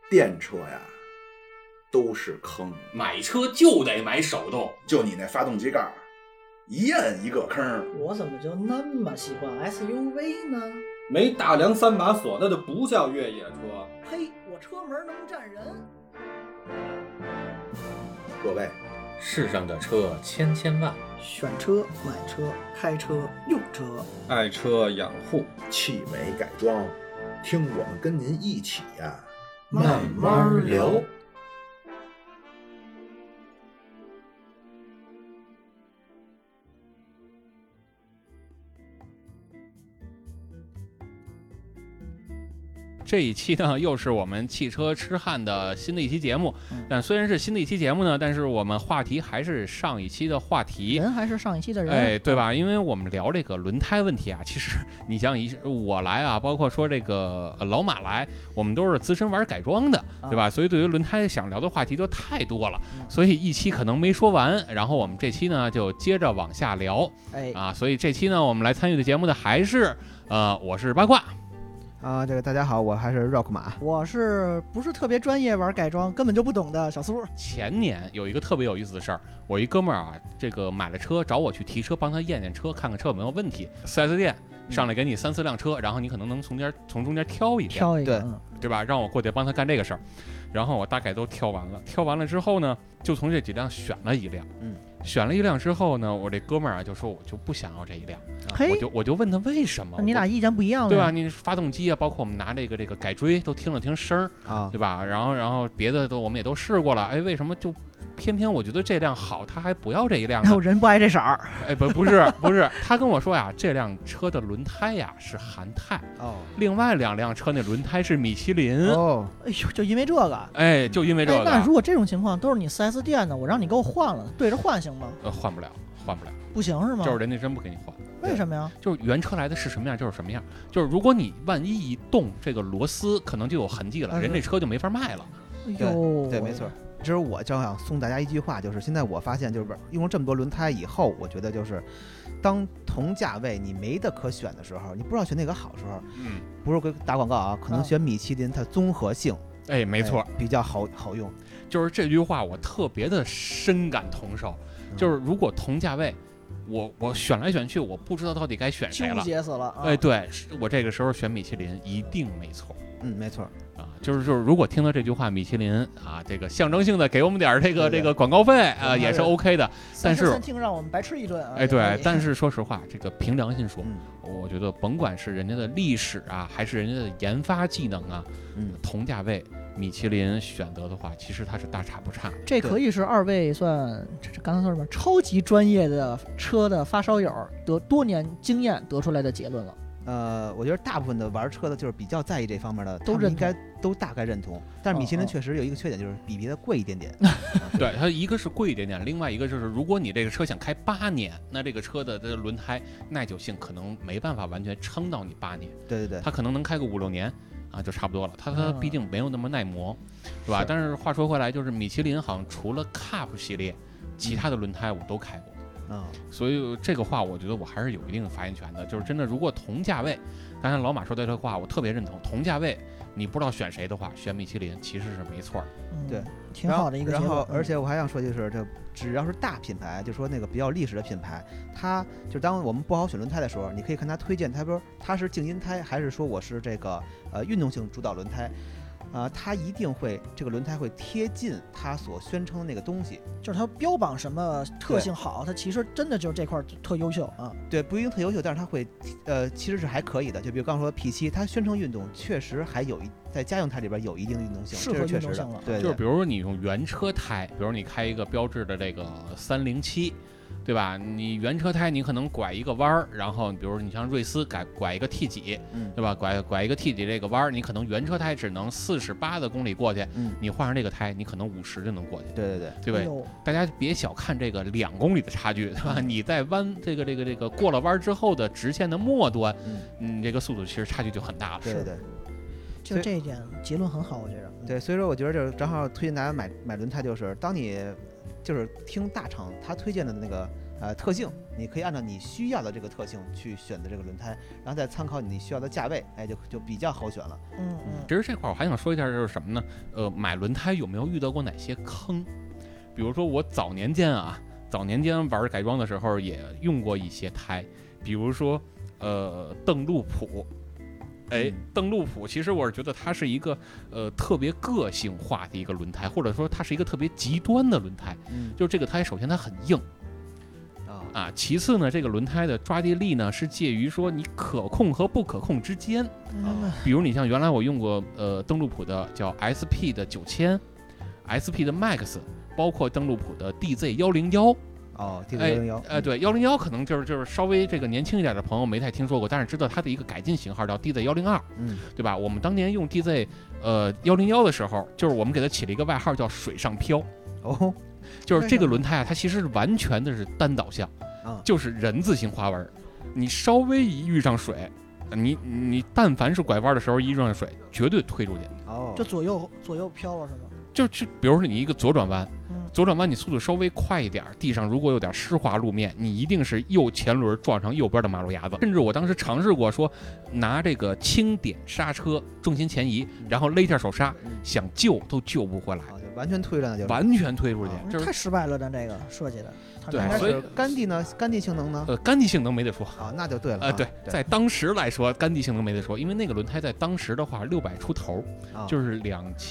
电车呀都是坑， 买车就得买手动， 就你那发动机盖一摁一个坑。 我怎么就那么喜欢 SUV 呢？ 没大梁3把锁那就不叫越野车。 嘿，我车门能站人。 各位， 世上的车千千万， 选车、买车、开车、用车， 爱车养护， 汽美改装，听我们跟您一起呀， 慢慢聊。 这一期呢，又是我们汽车痴汉的新的一期节目。但虽然是新的一期节目呢，但是我们话题还是上一期的话题， 人还是上一期的人， 哎，对吧？因为我们聊这个轮胎问题啊，其实你像我来啊，包括说这个老马来，我们都是资深玩改装的，对吧？所以对于轮胎想聊的话题都太多了，所以一期可能没说完。然后我们这期呢就接着往下聊，所以这期呢我们来参与的节目的还是我是八卦。 这个大家好，我还是 Rock 马， 我是不是特别专业玩改装，根本就不懂的小苏。 前年有一个特别有意思的事儿，我一哥们儿啊，这个买了车找我去提车，帮他验验车，看看车有没有问题。4S 店上来给你3-4辆车，然后你可能能从中间挑一个，对吧？让我过去帮他干这个事儿，然后我大概都挑完了之后呢，就从这几辆选了一辆，选了一辆之后呢，我这哥们儿啊就说我就不想要这一辆，我就问他为什么？ 你俩意见不一样， 对吧？你发动机啊，包括我们拿这个改锥都听了听声儿啊，对吧？然后别的我们也都试过了，哎，为什么就偏偏我觉得这辆好，他还不要这一辆呢？ 人不爱这色儿。 哎，不是，他跟我说呀，这辆车的轮胎呀是韩泰，另外2辆车那轮胎是米其林。 哎呦，就因为这个， 就因为这个。 那如果这种情况都是你4S 店的，我让你给我换了，对着换行吗？ 换不了， 不行是吗？ 就是人家真不给你换。 为什么呀？ 就是原车来的是什么样就是什么样，就是如果你万一一动这个螺丝，可能就有痕迹了，人这车就没法卖了。 对，没错。其实我正想送大家一句话，就是现在我发现，就是用了这么多轮胎以后，我觉得就是当同价位你没得可选的时候，你不知道选哪个好的时候，不是给打广告啊，可能选米其林，它综合性， 没错， 比较好用。 就是这句话我特别的深感同受，就是如果同价位，我选来选去，我不知道到底该选谁了， 纠结死了。 对，我这个时候选米其林一定没错。 没错啊，就是如果听到这句话，米其林啊，这个象征性的给我们点这个广告费啊，也是 OK 的。但是听让我们白吃一顿啊。 对，但是说实话，这个凭良心说，我觉得甭管是人家的历史啊，还是人家的研发技能啊，同价位米其林选择的话，其实它是大差不差。 这可以是2位算刚才说什么超级专业的车的发烧友得多年经验得出来的结论了。 我觉得大部分的玩车的，就是比较在意这方面的， 都应该都大概认同。但是米其林确实有一个缺点，就是比别的贵一点点。 对，它一个是贵一点点，另外一个就是如果你这个车想开8年，那这个车的轮胎耐久性可能没办法完全撑到你8年。 对， 它可能能开个5-6年啊，就差不多了。它毕竟没有那么耐磨，是吧？但是话说回来，就是米其林好像除了 Cup 系列，其他的轮胎我都开过。所以这个话我觉得我还是有一定的发言权的，就是真的，如果同价位，刚才老马说的这话我特别认同，同价位你不知道选谁的话，选米其林其实是没错。 对， 挺好的一个结果。 然后而且我还想说，就是这只要是大品牌，就说那个比较历史的品牌，它就当我们不好选轮胎的时候，你可以看它推荐，它说它是静音胎，还是说我是这个运动性主导轮胎。它一定会这个轮胎会贴近它所宣称的那个东西， 就是它标榜什么特性好，它其实真的就是这块特优秀啊。 对，不一定特优秀，但是它会其实是还可以的。就比如刚刚说 P7，它宣称运动，确实还有在家用胎里边有一定的运动性， 适合运动性了。 对， 就是比如说你用原车胎，比如你开一个标致的这个307。对吧？你原车胎你可能拐一个弯儿，然后比如你像瑞斯拐一个 T 几，对吧？拐一个 T 几这个弯儿，你可能原车胎只能48的公里过去，你换上这个胎，你可能50就能过去。对吧？大家别小看这个2公里的差距，对吧？你在这个过了弯之后的直线的末端，这个速度其实差距就很大了。 对， 就这一点结论很好，我觉得。 对，所以说我觉得这正好推荐大家买轮胎，就是当你就是听大厂他推荐的那个特性，你可以按照你需要的这个特性去选择这个轮胎，然后再参考你需要的价位，哎，就比较好选了。 其实这块我还想说一下，就是什么呢？买轮胎有没有遇到过哪些坑？比如说我早年间玩改装的时候也用过一些胎，比如说邓禄普。邓禄普其实我是觉得它是一个特别个性化的一个轮胎，或者说它是一个特别极端的轮胎。就是这个胎首先它很硬啊，其次呢这个轮胎的抓地力呢是介于说你可控和不可控之间。比如你像原来我用过邓禄普的叫 SP 的9000，SP 的 Max， 包括邓禄普的 DZ101。 DZ101， 对，101可能就是稍微这个年轻一点的朋友没太听说过，但是知道它的一个改进型号叫 DZ102，对吧？我们当年用 DZ101的时候，就是我们给它起了一个外号叫水上漂，就是这个轮胎啊，它其实是完全的是单导向，就是人字形花纹，你稍微一遇上水，你但凡是拐弯的时候一遇上水，绝对推出去， 就左右飘了是吗？ 就比如说你一个左转弯。左转弯你速度稍微快一点，地上如果有点湿滑路面，你一定是右前轮撞上右边的马路牙子。甚至我当时尝试过说拿这个轻点刹车，重心前移，然后勒一下手刹，想救都救不回来， 完全推了，就完全推出去，就是太失败了，咱这个设计的。 对， 所以甘地呢？甘地性能呢？ 甘地性能没得说啊，那就对了。 对，在当时来说，甘地性能没得说，因为那个轮胎在当时的话600出头，就是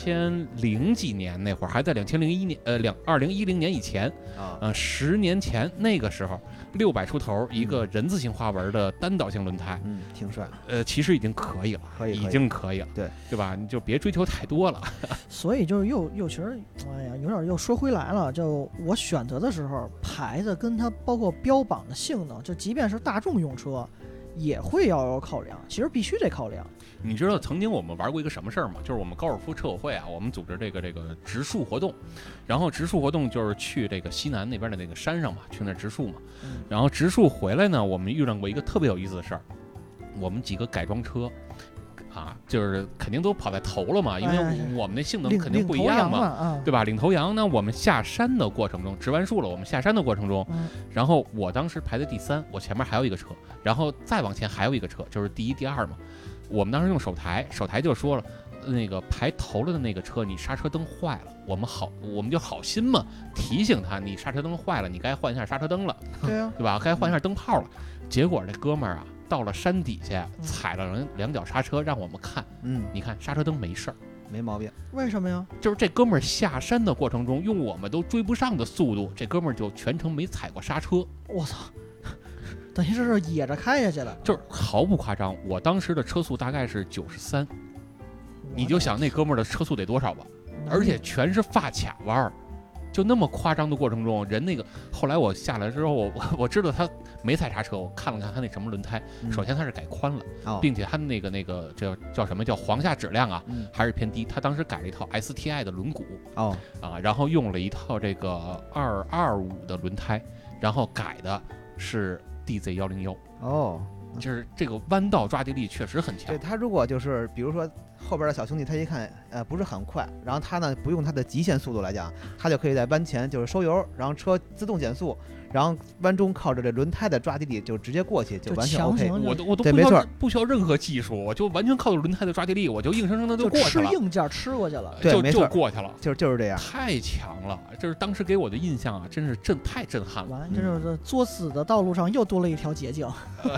2000几年那会儿，还在2001年2010年以前10年前那个时候，600出头一个人字形花纹的单导性轮胎， 挺帅。 其实已经可以了，已经可以了，对吧？你就别追求太多了。 所以就是又其实，哎呀，有点又说回来了。就我选择的时候，牌子跟它包括标榜的性能，就即便是大众用车，也会要有考量。其实必须得考量。 你知道曾经我们玩过一个什么事儿吗？就是我们高尔夫车友会啊，我们组织这个植树活动，然后植树活动就是去这个西南那边的那个山上嘛，去那植树嘛。然后植树回来呢，我们遇上过一个特别有意思的事儿，我们几个改装车。就是肯定都跑在头了嘛，因为我们那性能肯定不一样嘛，对吧？领头羊呢，我们下山的过程中，植完树了，我们下山的过程中，然后我当时排在第3，我前面还有一个车，然后再往前还有一个车，就是第1、第2嘛。我们当时用手台就说了，那个排头了的那个车，你刹车灯坏了，我们就好心嘛，提醒他，你刹车灯坏了，你该换一下刹车灯了，对吧？该换一下灯泡了。结果这哥们儿啊，到了山底下踩了2脚刹车，让我们看，你看刹车灯没事儿， 没毛病。 为什么呀？ 就是这哥们儿下山的过程中，用我们都追不上的速度，这哥们儿就全程没踩过刹车。 我操！等于是野着开下去了， 就是毫不夸张。我当时的车速大概是93，你就想那哥们儿的车速得多少吧？而且全是发卡弯儿。就那么夸张的过程中，人那个后来我下来之后，我知道他没踩刹车，我看了看他那什么轮胎，首先他是改宽了，并且他那个这叫什么叫簧下质量啊，还是偏低。他当时改了一套 STI 的轮毂然后用了一套这个225的轮胎，然后改的是 DZ101就是这个弯道抓地力确实很强。 对，他如果就是比如说后边的小兄弟，他一看不是很快，然后他呢不用他的极限速度来讲，他就可以在弯前就是收油，然后车自动减速，然后弯中靠着这轮胎的抓地力就直接过去，就完全 OK。 我都不需要任何技术，我就完全靠着轮胎的抓地力，我就硬生生的就过去了， 吃硬件吃过去了， 对， 就过去了， 就是这样， 太强了。就是当时给我的印象啊，真是太震撼了。 完，这就是作死的道路上又多了一条捷径。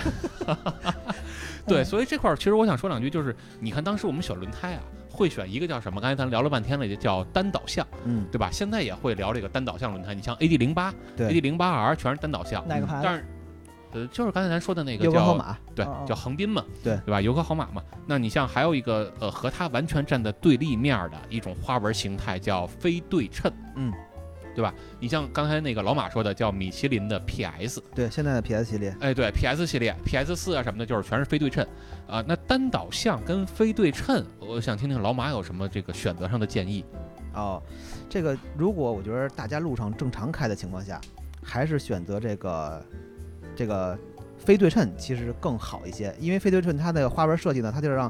对，所以这块其实我想说两句，就是你看当时我们选轮胎啊，会选一个叫什么？刚才咱聊了半天了，也叫单导向，对吧？现在也会聊这个单导向轮胎。你像 AD08、AD08R 全是单导向， 哪个牌？ 但是就是刚才咱说的那个叫马， 对，叫横滨嘛， 对吧？油壳好马嘛。那你像还有一个和它完全站在对立面的一种花纹形态叫非对称，对吧？你像刚才那个老马说的叫米其林的 PS， 对，现在的 PS 系列， 对 PS 系列 PS4啊什么的，就是全是非对称那单导向跟非对称，我想听听老马有什么这个选择上的建议。 这个如果我觉得大家路上正常开的情况下，还是选择这个非对称其实更好一些，因为非对称它的花纹设计呢，它就是让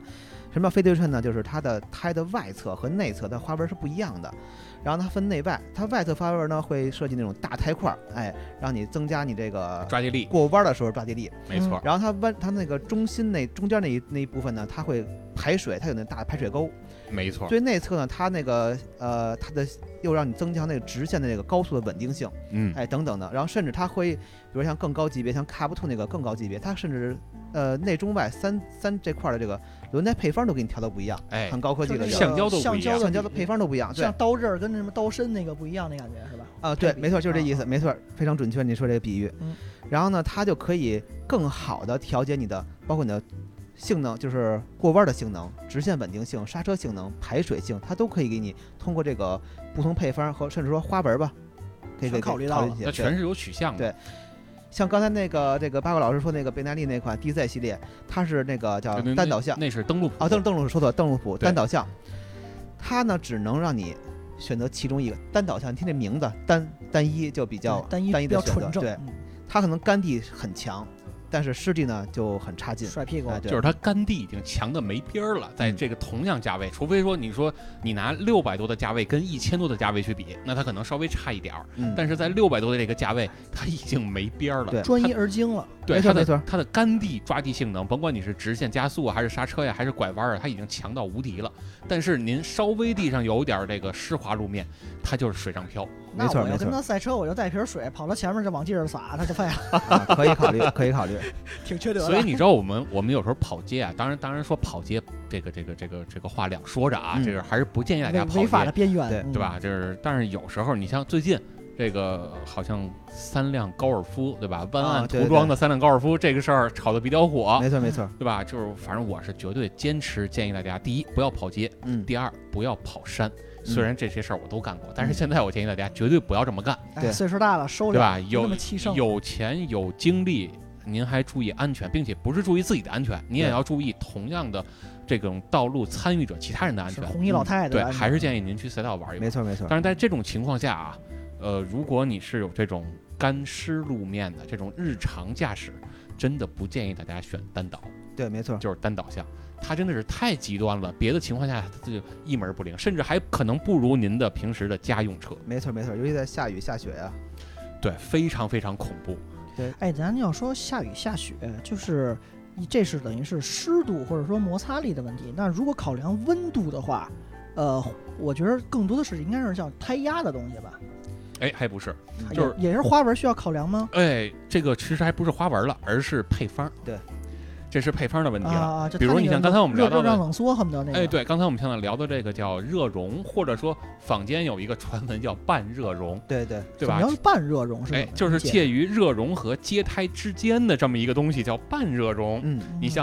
什么叫非对称呢？就是它的胎的外侧和内侧的花纹是不一样的。然后它分内外，它外侧花纹呢会设计那种大胎块，哎，让你增加你这个抓地力， 过弯的时候抓地力。 没错。 然后它那个中间那一部分呢，它会排水，它有那大排水沟。 没错。 最内侧呢，它那个它的又让你增强那个直线的那个高速的稳定性，哎等等的。然后甚至它会，比如像更高级别，像 Cup2那个更高级别，它甚至内中外三这块的这个轮胎配方都给你调到不一样， 哎， 很高科技的， 橡胶都不一样， 橡胶的配方都不一样，对， 像刀刃跟什么刀身那个不一样的感觉是吧？ 啊，对，没错，就是这意思，没错，非常准确，你说这个比喻。然后呢，它就可以更好的调节你的，包括你的性能，就是过弯的性能、直线稳定性、刹车性能、排水性，它都可以给你通过这个不同配方和甚至说花纹吧，可以考虑到了， 它全是有取向的。 对，像刚才这个八卦老师说那个贝耐利那款 DZ 系列，它是那个叫单导向， 那是登陆谱啊，登陆说错，登陆谱单导向，它呢只能让你选择其中一个单导向，你听这名字单一就比较单一的选择，对，它可能干地很强。但是湿地呢就很差劲， 甩屁股， 就是它干地已经强的没边儿了，在这个同样价位，除非说你拿600多的价位跟1000多的价位去比，那它可能稍微差一点儿，但是在600多的这个价位，它已经没边儿了， 对， 专一而精了， 对， 没错， 它的干地抓地性能，甭管你是直线加速啊，还是刹车呀，还是拐弯啊，它已经强到无敌了。但是您稍微地上有点这个湿滑路面，它就是水上漂。 没错， 我要跟他赛车，我就带瓶水，跑到前面就往地上撒，他就废了。可以考虑，可以考虑， 挺缺德的。 所以你知道我们有时候跑街啊，当然说跑街这个话两说着啊，这个还是不建议大家跑街， 违法的边缘， 对吧？就是但是有时候你像最近这个好像3辆高尔夫，对吧？湾岸涂装的3辆高尔夫这个事儿炒得比较火， 没错， 对吧？就是反正我是绝对坚持建议大家，第一不要跑街，第二不要跑山。虽然这些事儿我都干过，但是现在我建议大家绝对不要这么干。 对，岁数大了收敛， 对吧？有钱有精力，您还注意安全，并且不是注意自己的安全，你也要注意同样的这种道路参与者其他人的安全。 红衣老太太对，还是建议您去赛道玩一玩。 没错。 但是在这种情况下啊，如果你是有这种干湿路面的这种日常驾驶，真的不建议大家选单导。 对，没错， 就是单导向。它真的是太极端了，别的情况下它就一门不灵，甚至还可能不如您的平时的家用车。 没错，尤其在下雨下雪呀， 对，非常非常恐怖。 对， 哎，咱要说下雨下雪，就是这是等于是湿度或者说摩擦力的问题。那如果考量温度的话，我觉得更多的是应该是叫胎压的东西吧。 哎，还不是，就是也是花纹需要考量吗？ 哎，这个其实还不是花纹了，而是配方。 对。 这是配方的问题了啊， 比如你像刚才我们聊到的热冷缩恨不得那个， 哎，对，刚才我们现在聊的这个叫热熔，或者说坊间有一个传闻叫半热熔， 对吧？ 什么叫半热熔是？ 哎，就是介于热熔和阶胎之间的这么一个东西，叫半热熔。你像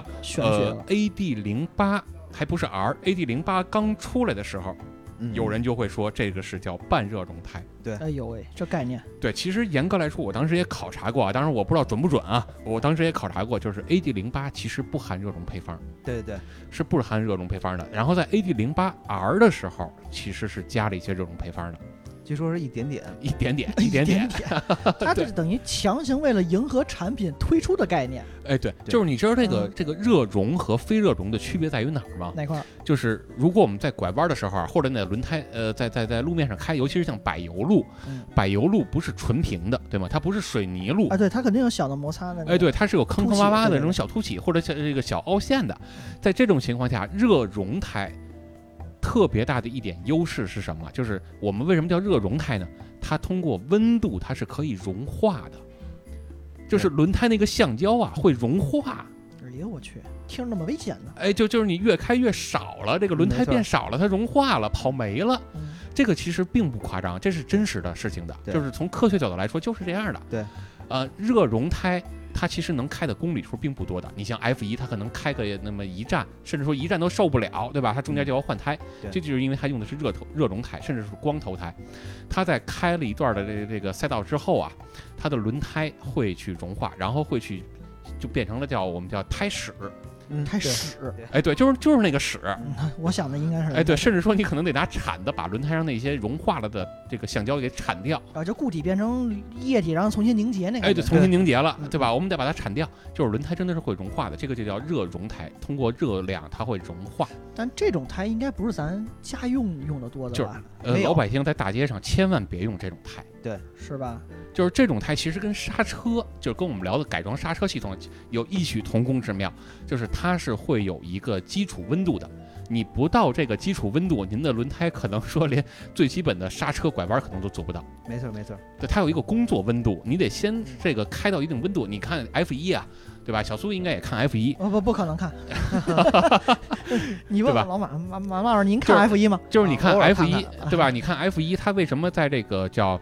AD08还不是 R，AD08 刚出来的时候。有人就会说这个是叫半热熔胎。 对， 哎呦喂，这概念。 对，其实严格来说，我当时也考察过啊，当然我不知道准不准啊。我当时也考察过，就是 AD08 其实不含热熔配方。 对， 是不含热熔配方的。然后在 AD08R 的时候，其实是加了一些热熔配方的。 据说是一点点， 它这等于强行为了迎合产品推出的概念。 哎，对，就是你知道这个热熔和非热熔的区别在于哪儿吗？ 哪块？ 就是如果我们在拐弯的时候啊，或者那轮胎在路面上开，尤其是像柏油路，柏油路不是纯平的，对吗？它不是水泥路啊，对，它肯定有小的摩擦的。 哎，对，它是有坑坑洼洼的这种小凸起，或者像这个小凹陷的。在这种情况下，热熔胎特别大的一点优势是什么？就是我们为什么叫热熔胎呢？它通过温度它是可以融化的，就是轮胎那个橡胶啊会融化。 哎呦我去，听着那么危险呢！ 哎，就是你越开越少了，这个轮胎变少了，它融化了，跑没了。这个其实并不夸张，这是真实的事情的，就是从科学角度来说就是这样的。 对， 热熔胎它其实能开的公里数并不多的。你像 F1，它可能开个那么一站，甚至说一站都受不了，对吧？它中间就要换胎，这就是因为它用的是热熔胎，甚至是光头胎。它在开了一段的这个赛道之后啊，它的轮胎会去融化，然后会去就变成了我们叫胎屎。 开对屎。 哎，对，就是那个屎。 我想的应该是哎，对，甚至说你可能得拿铲子把轮胎上那些融化了的这个橡胶给铲掉。 啊，就固体变成液体，然后重新凝结那个。 哎，对，重新凝结了，对吧？我们得把它铲掉，就是轮胎真的是会融化的，这个就叫热熔胎，通过热量它会融化。 但这种胎应该不是咱家用的多的吧？ 老百姓在大街上千万别用这种胎， 对， 是吧？ 就是这种胎其实跟刹车，就是跟我们聊的改装刹车系统有异曲同工之妙，就是它是会有一个基础温度的。你不到这个基础温度，您的轮胎可能说连最基本的刹车拐弯可能都做不到。 没错没错， 对，它有一个工作温度，你得先这个开到一定温度。你看 F1 啊，对吧？小苏应该也看 F1。 不可能看。你问对吧问老马老师，您看 F1 吗？ 就是你看偶尔 F1， 看看对吧？你看 F1，它为什么在这个叫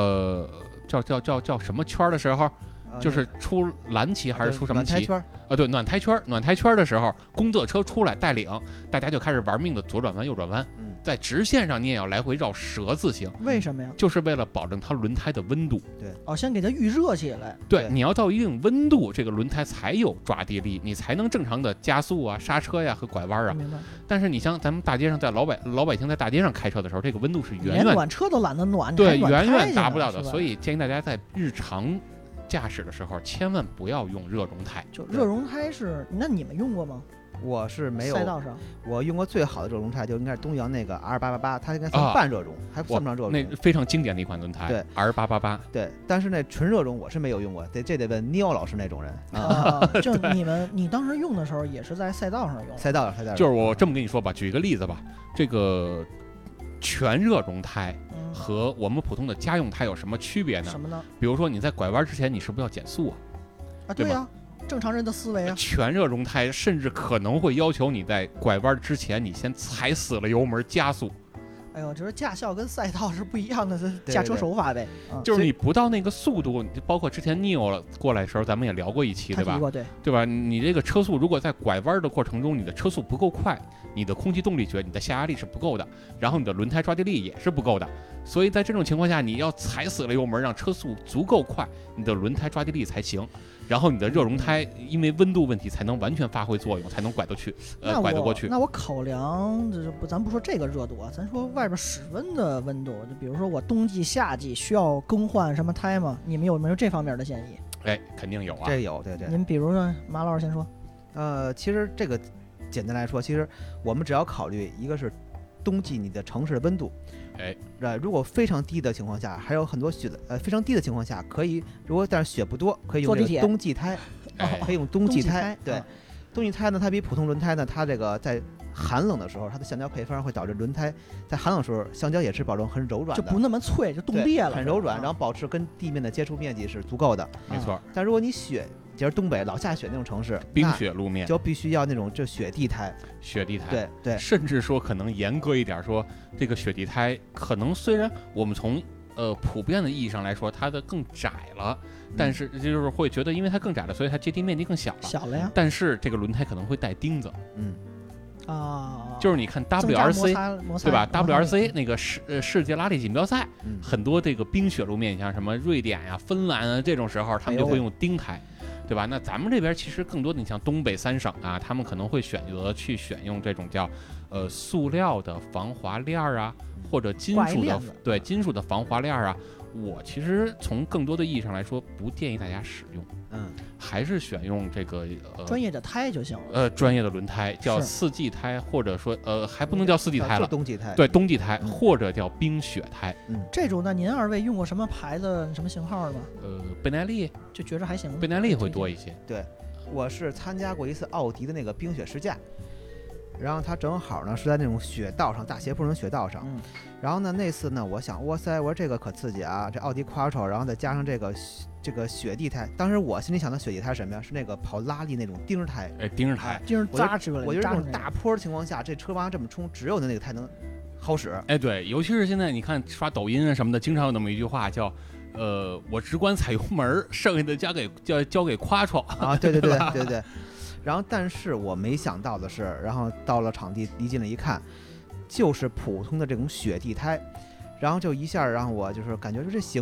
什么圈的时候，就是出蓝旗还是出什么旗？对，暖胎圈的时候，工作车出来带领，大家就开始玩命的左转弯、右转弯，在直线上你也要来回绕蛇字形。 为什么呀？ 就是为了保证它轮胎的温度。 对， 先给它预热起来。 对，你要到一定温度，这个轮胎才有抓地力，你才能正常的加速啊、刹车呀和拐弯啊。 明白。 但是你像咱们大街上，在老百姓在大街上开车的时候，这个温度是远暖车都懒得暖， 对， 远远达不到的。所以以建议大家在日常驾驶的时候，千万不要用热熔胎。 就热熔胎是，那你们用过吗？ 我是没有赛道上， 我用过最好的热熔胎就应该是东阳那个 R888，它应该算半热熔，还算不上热熔。 那非常经典的一款轮胎， 对 R888。 对，但是那纯热熔我是没有用过，这得问尼奥老师那种人啊。就你当时用的时候也是在赛道上用？ 赛道。 就是我这么跟你说吧，举一个例子吧，这个全热熔胎和我们普通的家用胎有什么区别呢？ 什么呢？ 比如说你在拐弯之前，你是不是要减速啊？ 对呀。正常人的思维啊， 全热熔胎甚至可能会要求你在拐弯之前，你先踩死了油门加速。 哎呦，就是驾校跟赛道是不一样的驾车手法呗。 就是你不到那个速度，包括之前 Neo 过来的时候，咱们也聊过一期，对吧？对吧？你这个车速如果在拐弯的过程中，你的车速不够快，你的空气动力学、你的下压力是不够的，然后你的轮胎抓地力也是不够的。所以在这种情况下，你要踩死了油门，让车速足够快，你的轮胎抓地力才行。然后你的热熔胎因为温度问题才能完全发挥作用，才能拐得过去。 那我考量咱不说这个热度啊，咱说外边室温的温度，就比如说我冬季、夏季需要更换什么胎吗？你们有没有这方面的建议？ 哎，肯定有啊， 这有，对。 您比如说马老师先说。 其实这个简单来说，其实我们只要考虑一个是冬季你的城市的温度。如果非常低的情况下，还有很多雪非常低的情况下，可以但是雪不多，可以用这个冬季胎，可以用冬季胎。对，冬季胎呢，它比普通轮胎呢，它这个在寒冷的时候，它的橡胶配方会导致轮胎在寒冷时候橡胶也是保证很柔软的， 就不那么脆，就冻裂了， 很柔软，然后保持跟地面的接触面积是足够的。 没错。 但如果你就是东北老下雪那种城市， 冰雪路面， 就必须要那种就雪地胎。对， 甚至说可能严格一点说，这个雪地胎可能虽然我们从普遍的意义上来说，它的更窄了，但是就是会觉得因为它更窄了，所以它接地面积更小了呀。 但是这个轮胎可能会带钉子。就是你看 WRC 对吧 ？WRC 那个世界拉力锦标赛，很多这个冰雪路面，像什么瑞典呀、芬兰啊这种时候，他们就会用钉胎。对吧？那咱们这边其实更多的，你像东北3省啊，他们可能会选用这种叫塑料的防滑链啊，或者金属的防滑链啊。我其实从更多的意义上来说，不建议大家使用。还是选用这个专业的胎就行了。 专业的轮胎叫4季胎，或者说还不能叫4季胎了， 冬季胎。 对，冬季胎或者叫冰雪胎。 这种呢，您二位用过什么牌子、什么型号的吗？ 倍耐力就觉着还行。 倍耐力会多一些。 对，我是参加过一次奥迪的那个冰雪试驾。然后它正好呢是在那种雪道上，大斜坡那种雪道上。然后呢那次呢，我想哇塞，我说这个可刺激啊，这奥迪 Quattro， 然后再加上这个雪地胎。当时我心里想的雪地胎是什么呀？是那个跑拉力那种钉胎。 钉胎， 扎实了。 我觉得这种大坡的情况下，这车往上这么冲，只有那个胎能好使。 对，尤其是现在你看刷抖音啊什么的，经常有那么一句话叫我只管踩油门，剩下的交给 Quattro 啊。对。然后，但是我没想到的是，然后到了场地离近了一看，就是普通的这种雪地胎，然后就一下让我就是感觉说这行吗？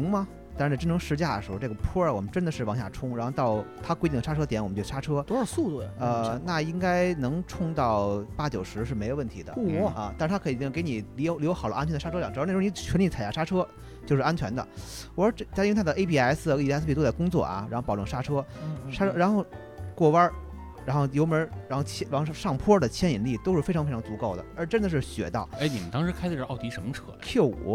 但是真正试驾的时候，这个坡我们真的是往下冲，然后到它规定的刹车点我们就刹车。 多少速度呀？ 那应该能冲到80-90是没问题的。啊，但是它肯定给你留好了安全的刹车辆，只要那时候你全力踩下刹车就是安全的。我说它因为它的 ABS 和 ESP 都在工作啊，然后保证刹车，然后过弯。然后油门，然后上坡的牵引力都是非常非常足够的，而真的是雪道。 哎，你们当时开的是奥迪什么车呀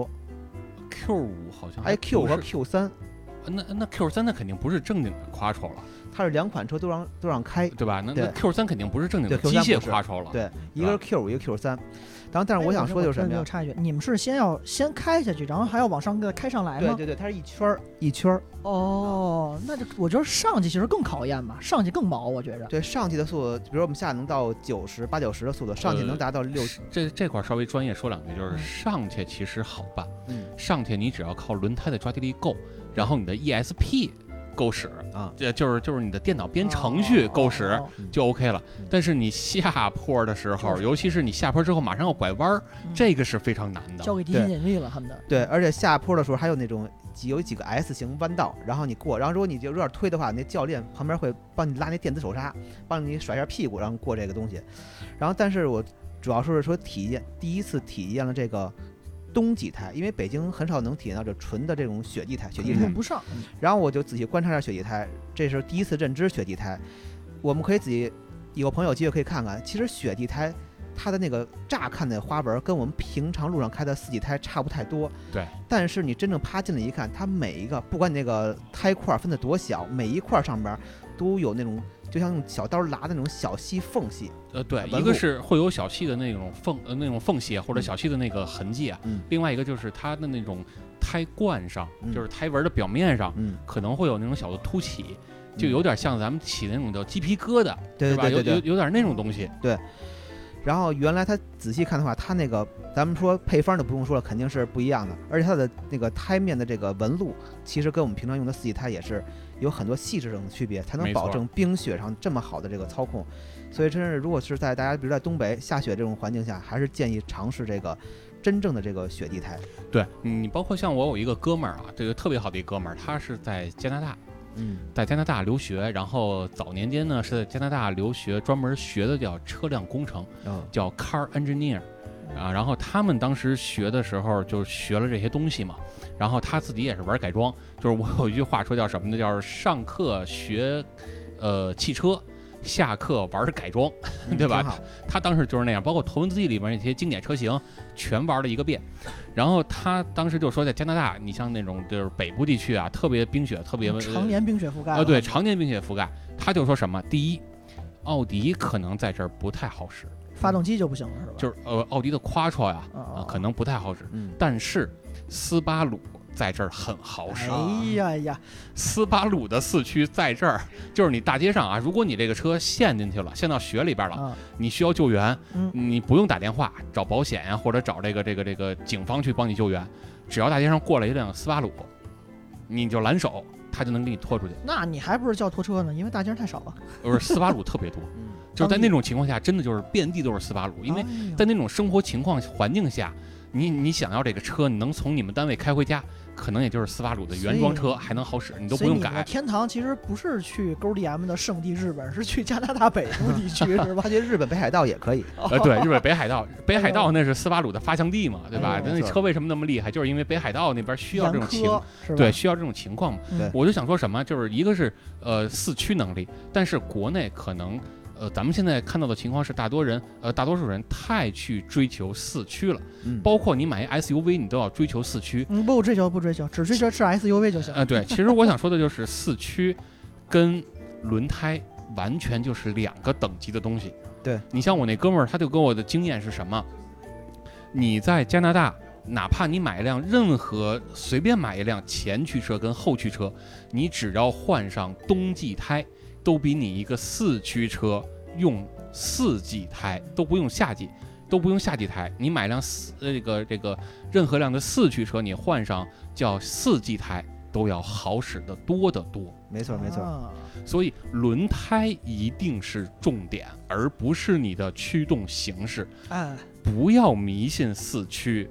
？Q5 好像 ，iQ 和 Q3。 那 Q3 那肯定不是正经的 Quattro 了， 它是2款车都让开， 对吧？那 Q3 肯定不是正经的机械 Quattro 了， 对，一个是 Q5，一个 Q3。但是我想说的就是什么呀？ 我插一句，你们是先开下去，然后还要往上开上来吗？ 对，它是一圈一圈。 哦，那就我觉得上去其实更考验吧，上去更毛，我觉着。 对，上去的速度，比如我们下能到80-90的速度，上去能达到60。 这块稍微专业说两句，就是上去其实好办，上去你只要靠轮胎的抓地力够，然后你的 ESP。够使啊，就是你的电脑编程序够使就 OK 了。但是你下坡的时候，尤其是你下坡之后马上要拐弯，这个是非常难的， 交给地心引力了，他们的。 对，而且下坡的时候还有那种有几个 S 型弯道，然后你过，然后如果你就有点推的话，那教练旁边会帮你拉那电子手刹，帮你甩一下屁股，然后过这个东西。然后，但是我主要是说第一次体验了这个。冬季胎，因为北京很少能体验到这纯的这种雪地胎， 用不上。 然后我就仔细观察一下雪地胎，这是第一次认知雪地胎。我们可以有朋友机会可以看看，其实雪地胎它的那个乍看的花纹跟我们平常路上开的4季胎差不太多。 对。 但是你真正趴近了一看，它每一个不管你那个胎块分得多小，每一块上边都有那种。就像用小刀拉的那种小细缝隙， 对，一个是会有小细的那种缝隙或者小细的那个痕迹啊，另外一个就是它的那种胎冠上，就是胎纹的表面上，可能会有那种小的凸起，就有点像咱们起那种叫鸡皮疙瘩， 对吧？ 有点那种东西， 对。然后原来它仔细看的话，它那个咱们说配方就不用说了，肯定是不一样的，而且它的那个胎面的这个纹路，其实跟我们平常用的4季胎也是有很多细致上的区别，才能保证冰雪上这么好的这个操控。所以真是如果是在大家比如在东北下雪这种环境下，还是建议尝试这个真正的这个雪地胎。 对，你包括像我有一个哥们儿啊，这个特别好的一个哥们儿，他是在加拿大。在加拿大留学，然后早年间呢是在加拿大留学，专门学的叫车辆工程，叫 car engineer，啊，然后他们当时学的时候就学了这些东西嘛，然后他自己也是玩改装，就是我有一句话说叫什么呢？叫上课学汽车，下课玩改装，对吧？他当时就是那样，包括头文字 D 里面那些经典车型全玩了一个遍。然后他当时就说，在加拿大，你像那种就是北部地区啊，特别冰雪，特别常年冰雪覆盖对，常年冰雪覆盖。他就说什么？第一，奥迪可能在这儿不太好使， 发动机就不行了，是吧？ 就是奥迪的 Quattro 呀，可能不太好使，但是斯巴鲁在这儿很好使。 哎呀， 斯巴鲁的4驱在这儿，就是你大街上啊，如果你这个车陷进去了，陷到雪里边了，你需要救援，你不用打电话找保险呀，或者找这个警方去帮你救援，只要大街上过来一辆斯巴鲁，你就拦手，他就能给你拖出去。 那你还不是叫拖车呢？因为大街上太少了。 不是，斯巴鲁特别多，就是在那种情况下，真的就是遍地都是斯巴鲁，因为在那种生活情况环境下，你想要这个车，你能从你们单位开回家，可能也就是斯巴鲁的原装车还能好使，你都不用改。 天堂其实不是去勾 DM 的圣地日本，是去加拿大北部地区，是吧？ 他去日本北海道也可以。 对，日本北海道，北海道那是斯巴鲁的发祥地嘛，对吧？那车为什么那么厉害？就是因为北海道那边需要这种需要这种情况嘛。我就想说什么，就是一个是4驱能力，但是国内可能。咱们现在看到的情况是，大多数人太去追求4驱了，包括你买一 SUV， 你都要追求4驱。 不追求，只追求是 SUV 就行。 对，其实我想说的就是4驱跟轮胎完全就是2个等级的东西。 对， 你像我那哥们儿，他就跟我的经验是什么？你在加拿大，哪怕你随便买一辆前驱车跟后驱车，你只要换上冬季胎，都比你一个4驱车用4季胎都不用夏季胎，你买辆任何辆的4驱车，你换上叫4季胎都要好使得多得多。 没错。 所以轮胎一定是重点，而不是你的驱动形式。不要迷信4驱，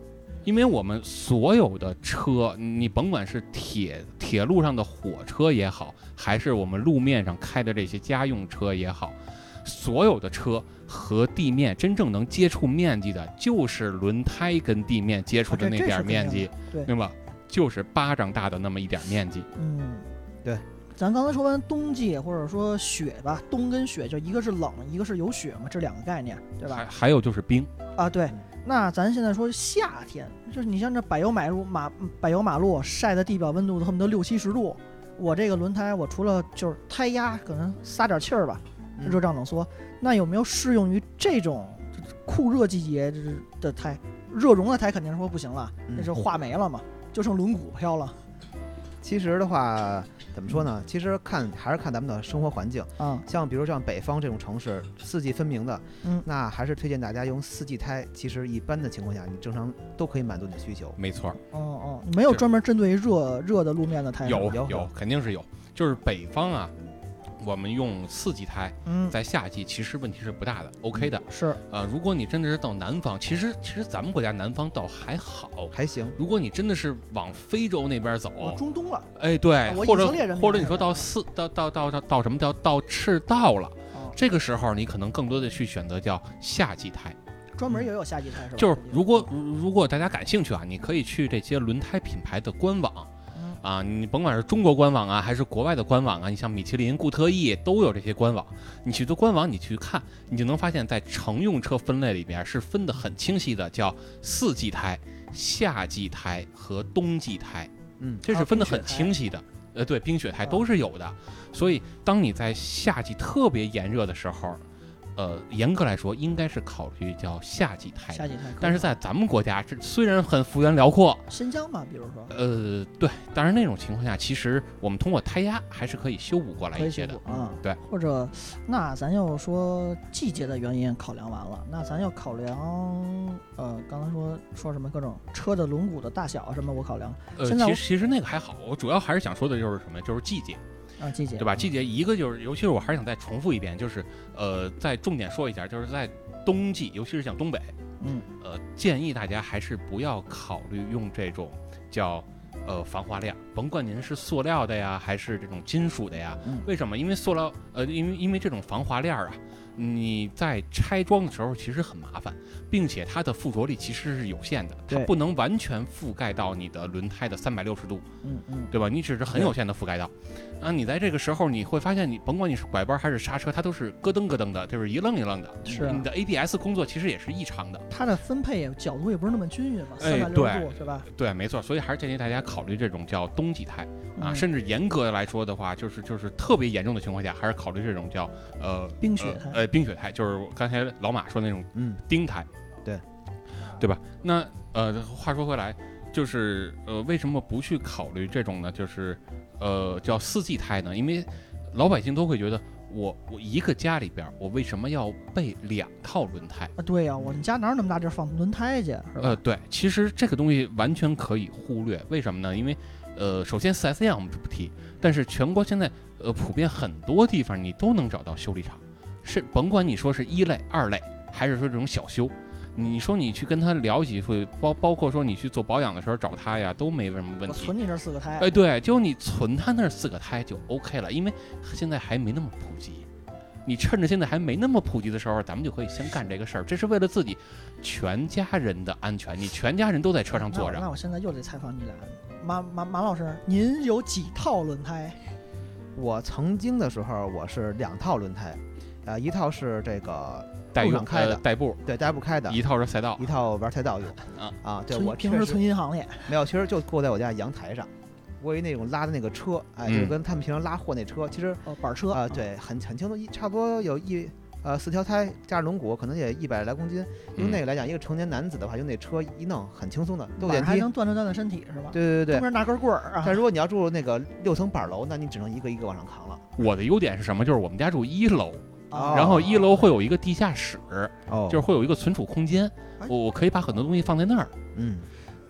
因为我们所有的车，你甭管是铁路上的火车也好，还是我们路面上开的这些家用车也好，所有的车和地面真正能接触面积的，就是轮胎跟地面接触的那点面积， 对， 对吧？就是巴掌大的那么一点面积。 对。 咱刚才说完冬季或者说雪吧，冬跟雪就一个是冷，一个是有雪嘛，这两个概念，对吧？ 还有就是冰啊，对。那咱现在说夏天，就是你像这柏油马路晒的地表温度都恨不得60-70度，我这个轮胎我除了就是胎压可能撒点气儿吧，热胀冷缩，那有没有适用于这种酷热季节的胎？热熔的胎肯定说不行了，那就化没了嘛，就剩轮毂飘了。 其实的话，怎么说呢？其实还是看咱们的生活环境啊。像比如像北方这种城市，四季分明的，那还是推荐大家用4季胎。其实一般的情况下，你正常都可以满足你的需求。 没错。 没有专门针对热的路面的胎。 有，肯定是有。就是北方啊，我们用4季胎，在夏季其实问题是不大的，OK 的。 是如果你真的是到南方，其实咱们国家南方倒还好， 还行。 如果你真的是往非洲那边走， 中东了， 哎，对，或者你说到什么到赤道了，这个时候你可能更多的去选择叫夏季胎。 专门也有夏季胎是吧？ 就是如果大家感兴趣啊，你可以去这些轮胎品牌的官网。你甭管是中国官网啊，还是国外的官网啊，你像米其林、固特异都有这些官网。你去做官网，你去看，你就能发现，在乘用车分类里边是分得很清晰的，叫4季胎、夏季胎和冬季胎。这是分得很清晰的。对，冰雪胎都是有的。所以，当你在夏季特别炎热的时候，严格来说应该是考虑叫夏季胎，但是在咱们国家，这虽然很幅员辽阔， 新疆嘛，比如说， 对，当然那种情况下，其实我们通过胎压还是可以修补过来一些的对。 或者，那咱要说季节的原因考量完了，那咱要考量，刚才说什么各种车的轮毂的大小什么，我考量。 其实那个还好，我主要还是想说的就是什么，就是季节。 季节对吧？季节一个就是，尤其是我还是想再重复一遍，就是再重点说一下，就是在冬季，尤其是像东北，建议大家还是不要考虑用这种叫防滑链，甭管您是塑料的呀，还是这种金属的呀。为什么？因为塑料因为这种防滑链啊，你在拆装的时候其实很麻烦，并且它的附着力其实是有限的，它不能完全覆盖到你的轮胎的360度，对吧？你只是很有限的覆盖到。你在这个时候你会发现，你甭管你是拐弯还是刹车，它都是咯噔咯噔的，就是一愣一愣的。 是你的 ABS 工作其实也是异常的， 它的分配角度也不是那么均匀嘛，360度是吧？ 对，没错。所以还是建议大家考虑这种叫冬季胎甚至严格来说的话，就是特别严重的情况下，还是考虑这种叫冰雪胎。 冰雪胎就是刚才老马说的那种冰胎，对吧？那话说回来，就是为什么不去考虑这种呢？就是叫4季胎呢？因为老百姓都会觉得我一个家里边，我为什么要备2套轮胎对呀，我们家哪有那么大地儿放轮胎去？ 对，其实这个东西完全可以忽略。为什么呢？因为首先4S店我们不提，但是全国现在普遍很多地方你都能找到修理厂，是甭管你说是1类、2类，还是说这种小修。你说你去跟他聊几句，包括说你去做保养的时候找他呀，都没什么问题。 我存你这4个胎。 对，就你存他那4个胎就 OK 了，因为现在还没那么普及。你趁着现在还没那么普及的时候，咱们就可以先干这个事儿，这是为了自己全家人的安全。你全家人都在车上坐着。 那我现在又得采访你俩，马老师，您有几套轮胎？ 我曾经的时候我是2套轮胎，一套是这个路上开的代步， 对，代步开的， 一套是赛道， 一套玩赛道用。对，我平时存银行里没有，其实就搁在我家阳台上。我有那种拉的那个车，就跟他们平常拉货那车，其实板车对，很轻松，差不多有4条胎加上轮毂，可能也100来公斤。用那个来讲，一个成年男子的话，用那车一弄很轻松的，都电梯还能锻炼身体是吧？ 对， 中间拿根棍儿。 但如果你要住那个6层板楼，那你只能一个一个往上扛了。 我的优点是什么？就是我们家住1楼。然后1楼会有一个地下室，就是会有一个存储空间，我可以把很多东西放在那儿。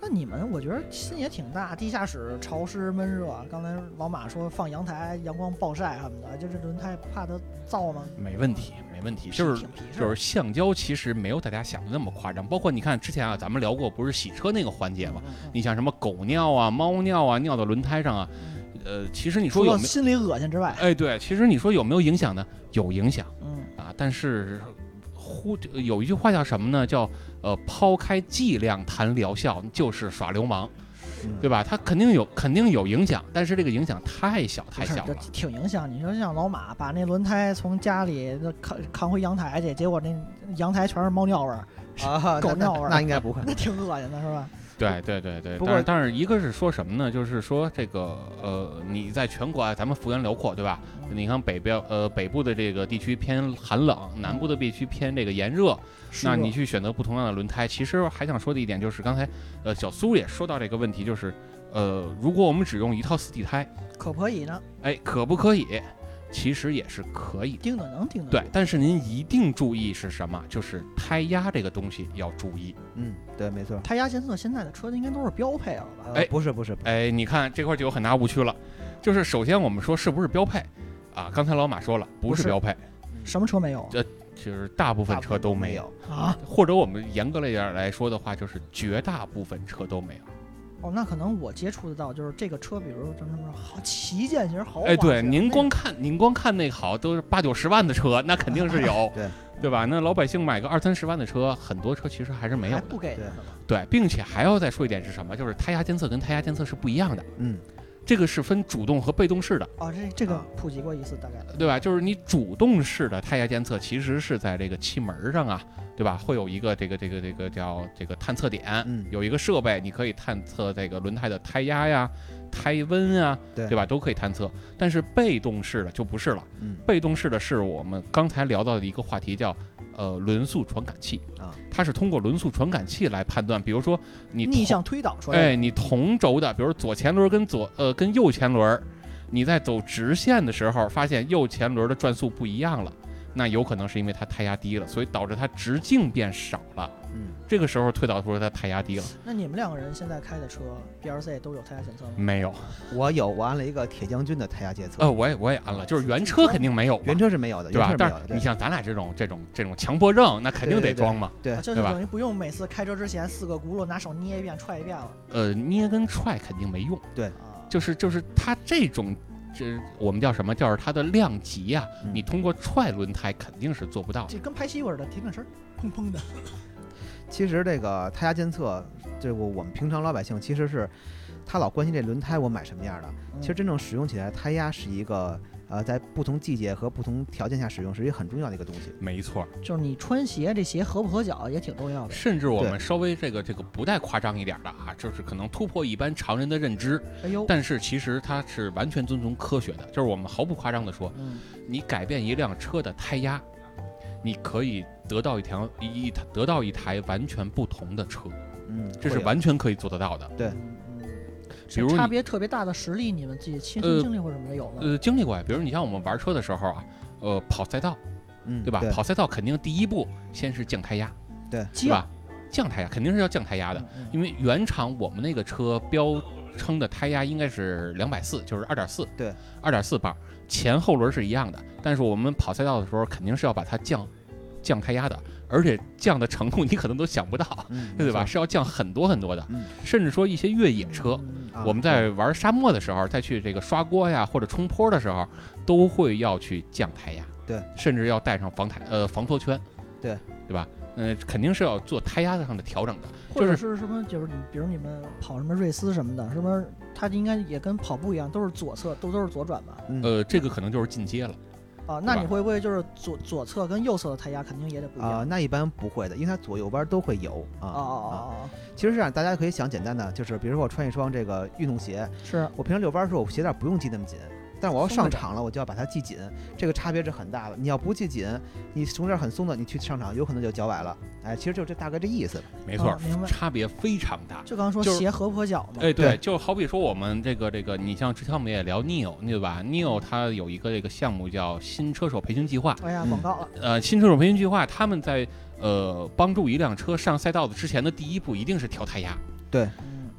那你们我觉得心也挺大，地下室潮湿闷热，刚才老马说放阳台，阳光暴晒什么的，就这轮胎怕它燥吗？ 没问题，没问题，就是橡胶其实没有大家想的那么夸张。包括你看之前啊，咱们聊过不是洗车那个环节嘛，你像什么狗尿啊、猫尿啊，尿到轮胎上啊，其实你说有没有心里恶心之外， 哎，对，其实你说有没有影响呢？有影响，但是有一句话叫什么呢？叫抛开剂量谈疗效就是耍流氓，对吧？它肯定有影响，但是这个影响太小了， 挺影响。你说像老马把那轮胎从家里扛回阳台去，结果那阳台全是猫尿味儿啊，狗尿味儿， 那应该不会， 那挺恶心的是吧？ 对， 不过但是一个是说什么呢？就是说这个你在全国啊，咱们幅员辽阔，对吧？你看北部的这个地区偏寒冷，南部的地区偏这个炎热，那你去选择不同样的轮胎。其实还想说的一点就是，刚才小苏也说到这个问题，就是如果我们只用一套4地胎， 可不可以呢？ 哎，可不可以？其实也是可以定的能定的。 对，但是您一定注意是什么？就是胎压这个东西要注意。 对，没错。 胎压监测现在的车应该都是标配了吧？ 不是。 哎，你看这块就有很大误区了。就是首先我们说是不是标配啊？刚才老马说了，不是标配。 什么车没有？ 就是大部分车都没有啊。 或者我们严格来说的话，就是绝大部分车都没有。 那可能我接触得到，就是这个车，比如什么好旗舰型豪华。 哎，对，您光看那个好，都是8、9、10万的车，那肯定是有，对吧？那老百姓买个20、30万的车，很多车其实还是没有的， 不给的。 对，并且还要再说一点是什么？就是胎压监测跟胎压监测是不一样的。这个是分主动和被动式的。 这个普及过一次，大概对吧？就是你主动式的胎压监测，其实是在这个气门上啊，对吧？会有一个这个叫这个探测点，有一个设备，你可以探测这个轮胎的胎压呀、胎温啊，对吧？都可以探测。但是被动式的就不是了。被动式的是我们刚才聊到的一个话题，叫轮速传感器啊，它是通过轮速传感器来判断，比如说你逆向推导出来， 哎，你同轴的，比如左前轮跟右前轮，你在走直线的时候，发现右前轮的转速不一样了，那有可能是因为它胎压低了，所以导致它直径变少了。这个时候推导出来它胎压低了。 那你们2个人现在开的车 BRC 都有胎压监测吗？ 没有， 我安了一个铁将军的胎压监测。 我也安了，就是原车肯定没有， 原车是没有的， 对吧？但是你像咱俩这种强迫症，那肯定得装嘛， 对， 就是等于不用每次开车之前4个轱辘拿手捏一遍踹一遍了。 捏跟踹肯定没用， 对， 就是它这种。我们叫什么？叫它的量级呀，你通过踹轮胎肯定是做不到的。 这跟排气味的，听个声，砰砰的。 其实这个胎压监测，这我们平常老百姓其实是，他老关心这轮胎我买什么样的。其实真正使用起来，胎压是一个在不同季节和不同条件下使用是一个很重要的一个东西。 没错， 就是你穿鞋，这鞋合不合脚也挺重要的。 甚至我们稍微这个不带夸张一点的啊，就是可能突破一般常人的认知。但是其实它是完全遵从科学的，就是我们毫不夸张的说，你改变一辆车的胎压，你可以得到一台完全不同的车。这是完全可以做得到的。 对。 比如差别特别大的实例，你们自己亲身经历或者什么的有吗？ 经历过呀。比如你像我们玩车的时候啊，跑赛道，对吧？跑赛道肯定第一步先是降胎压，对吧？降胎压肯定是要降胎压的，因为原厂我们那个车标称的胎压应该是240，就是2.4， 对 ，2.4bar，前后轮是一样的，但是我们跑赛道的时候肯定是要把它降胎压的。而且降的程度你可能都想不到，对吧？是要降很多很多的，甚至说一些越野车，我们在玩沙漠的时候，再去这个刷锅呀或者冲坡的时候，都会要去降胎压， 对， 甚至要带上防脱圈， 对吧？肯定是要做胎压上的调整的， 或者是什么，就是比如你们跑什么瑞斯什么的，是不是它应该也跟跑步一样，都是左侧都是左转吧？ 这个可能就是进阶了。 那你会不会就是左侧跟右侧的胎压肯定也得不一样那一般不会的，因为它左右弯都会有其实是这样，大家可以想简单的，就是比如说我穿一双这个运动鞋， 是我平常遛弯的时候我鞋带不用系那么紧，但是我要上场了，我就要把它系紧，这个差别是很大的。你要不系紧，你中间很松的，你去上场有可能就脚崴了。哎，其实就这大概这意思。 没错，差别非常大。 就刚刚说鞋合不合脚嘛？ 哎，对，就好比说我们这个，你像之前我们也聊 Neo， 对吧 ？Neo 它有一个这个项目叫新车手培训计划。 哎呀，广告了。 新车手培训计划，他们在帮助一辆车上赛道的之前的第一步一定是调胎压。 对，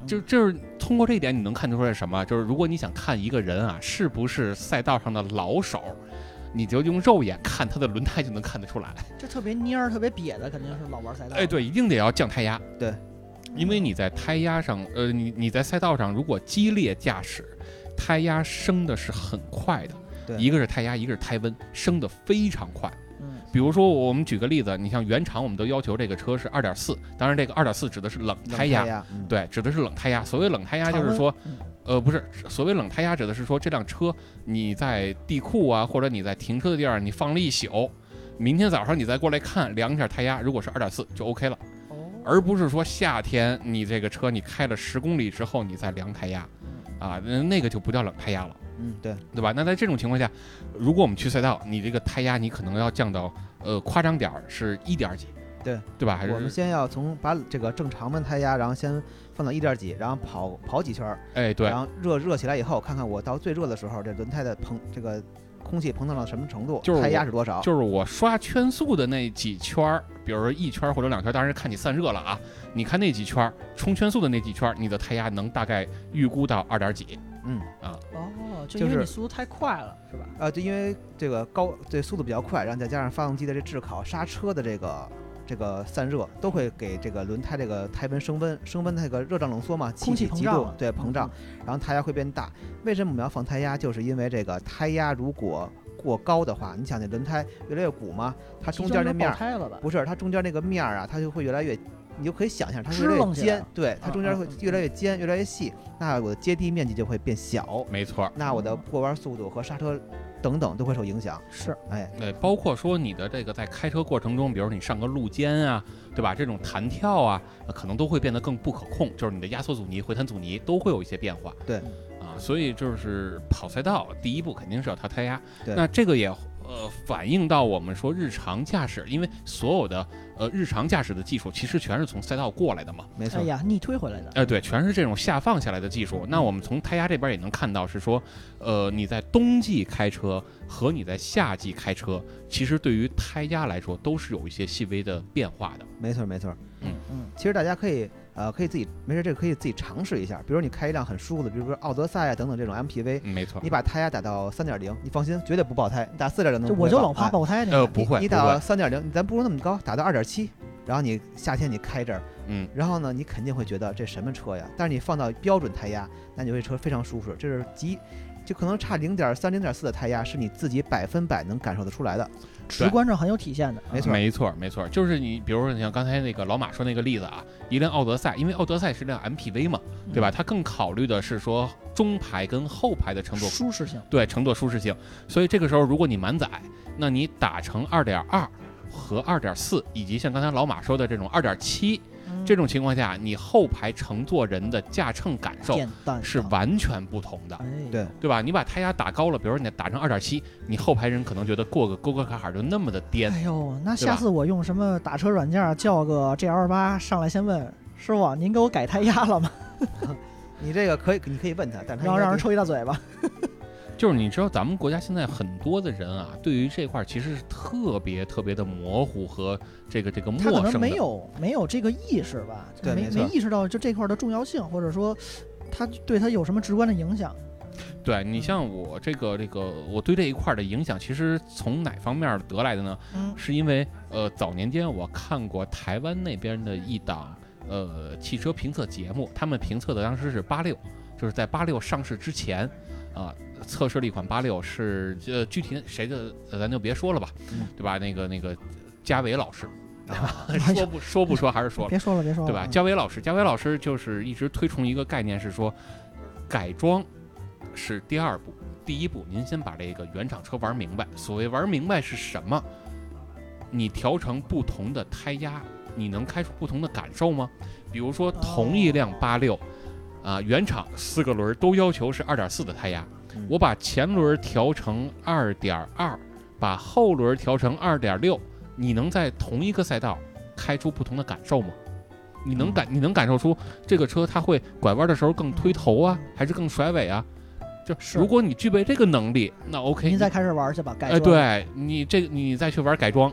就是通过这一点，你能看出来什么？就是如果你想看一个人啊是不是赛道上的老手，你就用肉眼看他的轮胎就能看得出来。 这特别蔫儿、特别瘪的，肯定是老玩赛道。 哎，对，一定得要降胎压。 对， 因为你在胎压上，你在赛道上如果激烈驾驶，胎压升的是很快的。 对， 一个是胎压，一个是胎温，升得非常快。比如说我们举个例子，你像原厂我们都要求这个车是2.4，当然这个2.4指的是冷胎压，对，指的是冷胎压。所谓冷胎压就是说，不是，所谓冷胎压指的是说这辆车你在地库啊，或者你在停车的地儿你放了一宿，明天早上你再过来看量一下胎压，如果是2.4就 OK 了，而不是说夏天你这个车你开了10公里之后你再量胎压，啊，那个就不叫冷胎压了。对吧？那在这种情况下，如果我们去赛道，你这个胎压你可能要降到夸张点是1点几，对吧？还是我们先要把这个正常的胎压，然后先放到1点几，然后跑几圈， 哎，对， 然后热起来以后，看看我到最热的时候，这轮胎的这个空气膨胀到什么程度， 就是胎压是多少？ 就是我刷圈速的那几圈，比如说1圈或者2圈，当然看你散热了啊。你看那几圈冲圈速的那几圈，你的胎压能大概预估到2点几。 就因为你速度太快了，是吧？ 对，因为这个速度比较快，然后再加上发动机的这炙烤、刹车的这个散热，都会给这个轮胎这个胎温升温那个热胀冷缩嘛， 空气激动，对，膨胀，然后胎压会变大。为什么我们要放胎压？就是因为这个胎压如果过高的话，你想那轮胎越来越鼓嘛，它中间那面不是它中间那个面啊，它就会越来越。你就可以想象它越来越尖，对，它中间会越来越尖，越来越细，那我的接地面积就会变小， 没错， 那我的过弯速度和刹车等等都会受影响。 是， 对，包括说你的这个在开车过程中，比如你上个路肩啊，对吧？这种弹跳啊，可能都会变得更不可控，就是你的压缩阻尼、回弹阻尼都会有一些变化。 对， 所以就是跑赛道第一步肯定是要调胎压。 对， 那这个也反映到我们说日常驾驶，因为所有的日常驾驶的技术其实全是从赛道过来的嘛， 没错。 哎呀，逆推回来的。 对，全是这种下放下来的技术。那我们从胎压这边也能看到，是说，你在冬季开车和你在夏季开车，其实对于胎压来说都是有一些细微的变化的。 没错。其实大家可以自己没事，这个可以自己尝试一下。比如你开一辆很舒服的，比如说奥德赛啊等等这种 MPV， 没错。 你把胎压打到3.0，你放心，绝对不爆胎。你打4.0能？ 我就老怕爆胎不会。 你打到3.0，咱不如那么高，打到2.7，然后你夏天你开这儿，然后呢，你肯定会觉得这什么车呀？但是你放到标准胎压，那你这车非常舒适，这是就可能差0.3、0.4的胎压，是你自己100%能感受得出来的。 直观上很有体现的。 没错，就是你比如说你像刚才那个老马说那个例子啊，一辆奥德赛，因为奥德赛是辆 MPV 嘛，对吧？它更考虑的是说中排跟后排的乘坐舒适性， 对，乘坐舒适性。所以这个时候如果你满载，那你打成2.2和2.4，以及像刚才老马说的这种2.7。这种情况下，你后排乘坐人的驾乘感受是完全不同的，对吧？你把胎压打高了，比如说你打成2.7，你后排人可能觉得过个沟沟坎坎就那么的颠。 哎呦，那下次我用什么打车软件叫个 GL8上来先问师傅，您给我改胎压了吗？ 你这个你可以问他，但他让人抽一大嘴巴。 就是你知道咱们国家现在很多的人啊，对于这块其实是特别的模糊和这个陌生的， 他可能没有这个意识吧，没意识到就这块的重要性，或者说他对他有什么直观的影响。 对，你像我这个我对这一块的影响，其实从哪方面得来的呢？是因为早年间我看过台湾那边的一档汽车评测节目，他们评测的当时是86，就是在86上市之前测试了一款86，是具体谁的咱就别说了吧，对吧？那个嘉伟老师，说不说还是说了， 别说了， 对吧？嘉伟老师就是一直推崇一个概念，是说改装是第二步，第一步您先把这个原厂车玩明白。所谓玩明白是什么？你调成不同的胎压，你能开出不同的感受吗？比如说同一辆86。原厂4个轮都要求是2.4的胎压，我把前轮调成2.2，把后轮调成2.6，你能在同一个赛道开出不同的感受吗？你能感受出这个车它会拐弯的时候更推头啊，还是更甩尾啊？就如果你具备这个能力，那 OK， 您再开始玩去吧，改装。 对你再去玩改装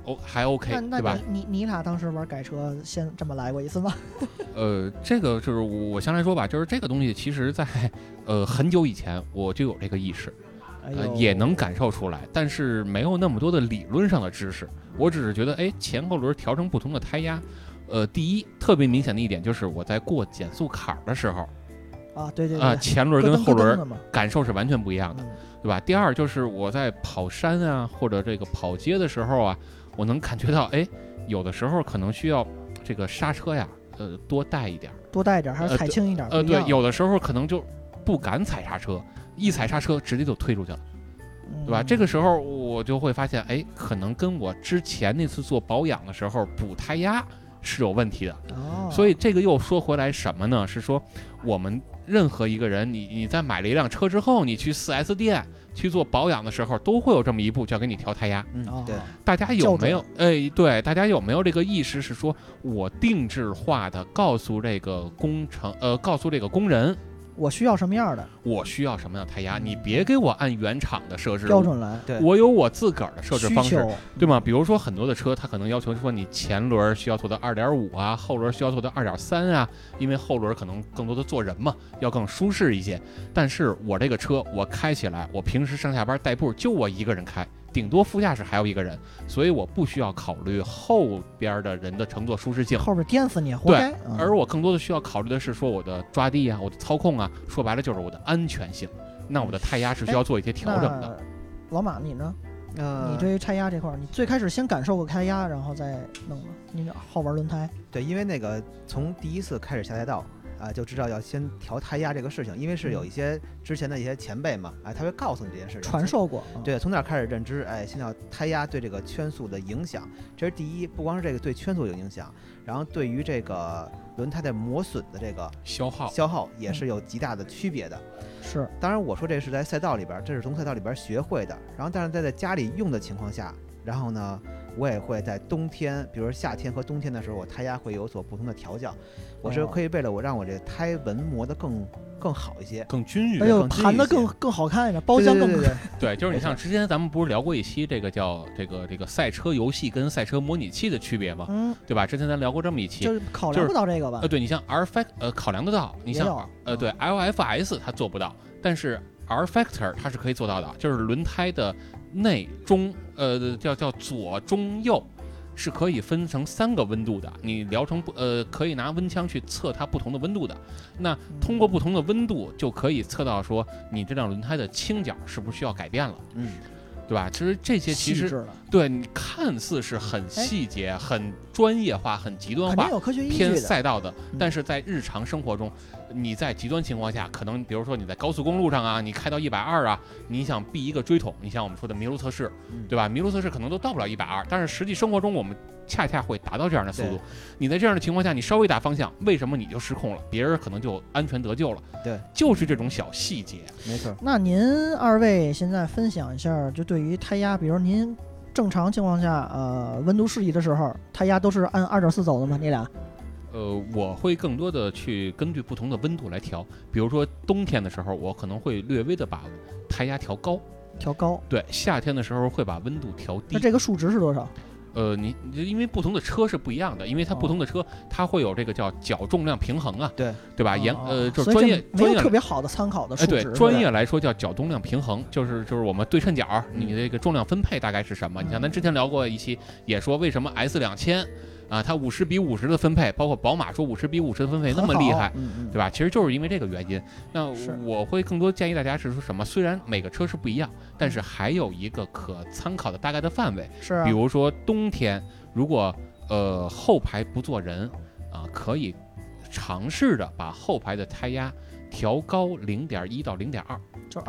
还 OK， 对吧？ 你俩当时玩改车先这么来过一次吗？ 这个就是我先来说吧，就是这个东西其实在很久以前我就有这个意识。也能感受出来，但是没有那么多的理论上的知识。我只是觉得，前后轮调成不同的胎压，第一特别明显的一点就是我在过减速坎的时候， 对， 前轮跟后轮感受是完全不一样的，对吧？第二就是我在跑山啊或者这个跑街的时候啊，我能感觉到，有的时候可能需要这个刹车呀，多带一点， 还是踩轻一点。 对，有的时候可能就不敢踩刹车。一踩刹车直接就推出去了，对吧？这个时候我就会发现，可能跟我之前那次做保养的时候补胎压是有问题的。所以这个又说回来什么呢？是说我们任何一个人，你在买了一辆车之后，你去 4S 店去做保养的时候，都会有这么一步，叫给你调胎压。 对， 大家有没有？对，大家有没有这个意识？是说我定制化的告诉这个告诉这个工人。 我需要什么样的？ 我需要什么样的胎压？你别给我按原厂的设置标准来。 对， 我有我自个儿的设置方式，对吗？ 嗯， 比如说很多的车，它可能要求说你前轮需要做到 2.5 啊，后轮需要做到 2.3 啊，因为后轮可能更多的坐人嘛，要更舒适一些。但是我这个车我开起来，我平时上下班代步就我一个人开。顶多副驾驶还有一个人，所以我不需要考虑后边的人的乘坐舒适性， 后边颠死你活该。 对，而我更多的需要考虑的是说我的抓地啊，我的操控啊，说白了就是我的安全性。那我的胎压是需要做一些调整的。 老马你呢？你对于胎压这块，你最开始先感受过胎压，然后再弄吗？你好玩轮胎？ 对，因为那个从第一次开始下赛道。就知道要先调胎压这个事情，因为是有一些之前的一些前辈嘛，他会告诉你这件事情， 传授过。 对，从哪开始认知，先要胎压对这个圈速的影响，这是第一，不光是这个对圈速有影响，然后对于这个轮胎的磨损的这个消耗也是有极大的区别的。 是， 当然我说这是在赛道里边，这是从赛道里边学会的，然后但是在家里用的情况下，然后呢，我也会在冬天，比如说夏天和冬天的时候，我胎压会有所不同的调教。我是可以为了我让我这胎纹磨得更好一些， 更均匀， 弹得更好看一点，包浆更对，就是你像之前咱们不是聊过一期这个叫这个赛车游戏跟赛车模拟器的区别吗？对吧？之前咱聊过这么一期， 就是考量不到这个吧？ 对，你像 R Factor 考量得到，你像对 LFS 它做不到，但是 R Factor 它是可以做到的，就是轮胎的内中叫左中右。是可以分成3个温度的，你疗程可以拿温枪去测它不同的温度的。那通过不同的温度，就可以测到说你这辆轮胎的倾角是不是需要改变了，对吧？其实这些其实对你看似是很细节、很专业化、很极端化、偏赛道的，但是在日常生活中，你在极端情况下，可能比如说你在高速公路上啊，你开到120啊，你想避一个追桶，你像我们说的麋鹿测试，对吧？麋鹿测试可能都到不了120，但是实际生活中我们恰恰会达到这样的速度。你在这样的情况下，你稍微打方向，为什么你就失控了？别人可能就安全得救了。 对， 就是这种小细节。 没错。 那您2位现在分享一下，就对于胎压，比如您正常情况下，温度适宜的时候，胎压都是按2.4走的吗？你俩？ 我会更多的去根据不同的温度来调，比如说冬天的时候，我可能会略微的把胎压调高。对，夏天的时候会把温度调低。 那这个数值是多少？ 你因为不同的车是不一样的，因为它不同的车它会有这个叫脚重量平衡啊，对吧？就是专业没有特别好的参考的数值。 对，专业来说叫脚重量平衡，就是我们对称角，你这个重量分配大概是什么？你像咱之前聊过一期，也说为什么 S2000。它50:50的分配，包括宝马说50:50的分配那么厉害，对吧？其实就是因为这个原因。那我会更多建议大家是说什么？虽然每个车是不一样，但是还有一个可参考的大概的范围。 是， 比如说冬天，如果后排不坐人啊，可以尝试着把后排的胎压调高0.1到0.2， 就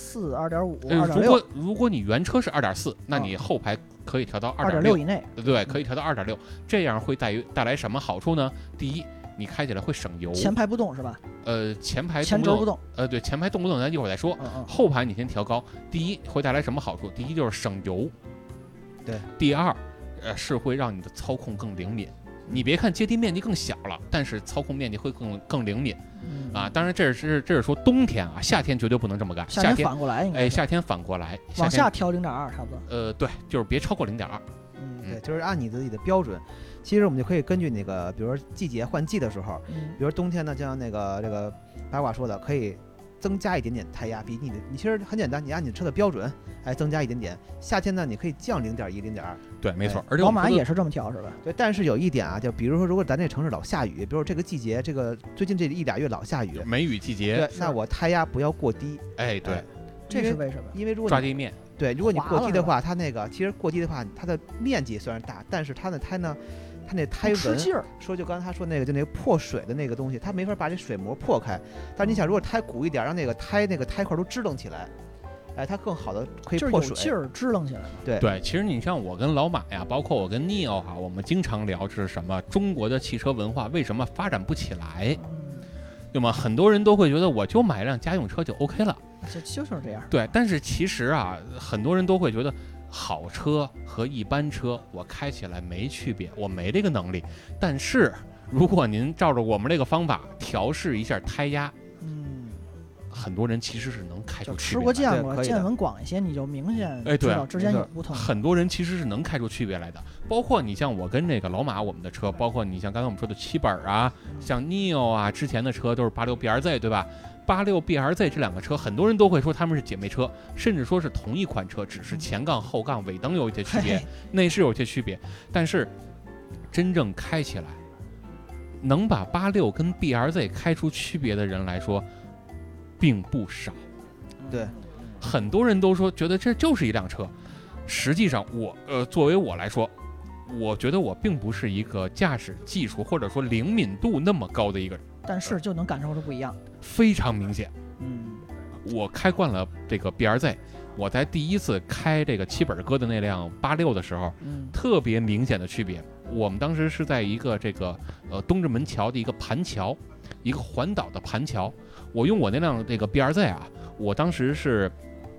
2.4、2.5、2.6。 如果你原车是2.4，那你后排可以调到 2.6以内， 对，可以调到2.6，这样会带来什么好处呢？第一，你开起来会省油。 前排不动是吧？ 前轴不动。 对，前排动不动咱一会儿再说。后排你先调高，第一会带来什么好处？第一就是省油。 对。 第二，是会让你的操控更灵敏。你别看接地面积更小了，但是操控面积会更灵敏。当然这是说冬天啊，夏天绝对不能这么干。 夏天反过来应该。 夏天反过来， 往下调0.2差不多。 对，就是别超过0.2。 对，就是按你自己的标准。其实我们就可以根据那个，比如说季节换季的时候，比如冬天呢，就像那个这个八卦说的，可以增加一点点胎压，比你其实很简单，你按你车的标准，增加一点点。夏天呢，你可以降0.1、0.2。 对，没错。而且宝马也是这么调是吧？ 对，但是有一点啊，就比如说，如果咱这城市老下雨，比如说这个季节，这个最近这1、2月老下雨， 梅雨季节， 对，那我胎压不要过低。 哎，对， 这是为什么？ 因为如果抓地面。 对，如果你过低的话，它那个其实过低的话，它的面积虽然大，但是它的胎呢，它那胎纹，说就刚才他说那个，就那个破水的那个东西，它没法把这水膜破开。但是你想，如果胎鼓一点，让那个胎块都支棱起来，它更好的可以破水， 劲儿支棱起来。 对， 其实你像我跟老马呀，包括我跟 Neo 哈，我们经常聊是什么？中国的汽车文化为什么发展不起来？对吗？很多人都会觉得我就买辆家用车就 OK 了， 就是这样。 对，但是其实啊，很多人都会觉得好车和一般车我开起来没区别，我没这个能力。但是如果您照着我们这个方法调试一下胎压，很多人其实是能开出区别的。 吃过见过，见闻广一些，你就明显知道之间有不同。 很多人其实是能开出区别来的，包括你像我跟这个老马我们的车，包括你像刚才我们说的七本啊，像 Neo 啊，之前的车都是86 BRZ 对吧？86 BRZ 这两个车，很多人都会说他们是姐妹车，甚至说是同一款车，只是前杠、后杠、尾灯有一些区别，内饰有一些区别，但是真正开起来，能把86跟 BRZ 开出区别的人来说，并不少。 对， 很多人都说觉得这就是一辆车，实际上作为我来说，我觉得我并不是一个驾驶技术或者说灵敏度那么高的一个人， 但是就能感受出不一样， 非常明显。我开惯了这个 BRZ， 我在第一次开这个七本哥的那辆86的时候，特别明显的区别。我们当时是在一个这个东直门桥的一个盘桥，一个环岛的盘桥。我用我那辆这个 BRZ 啊，我当时是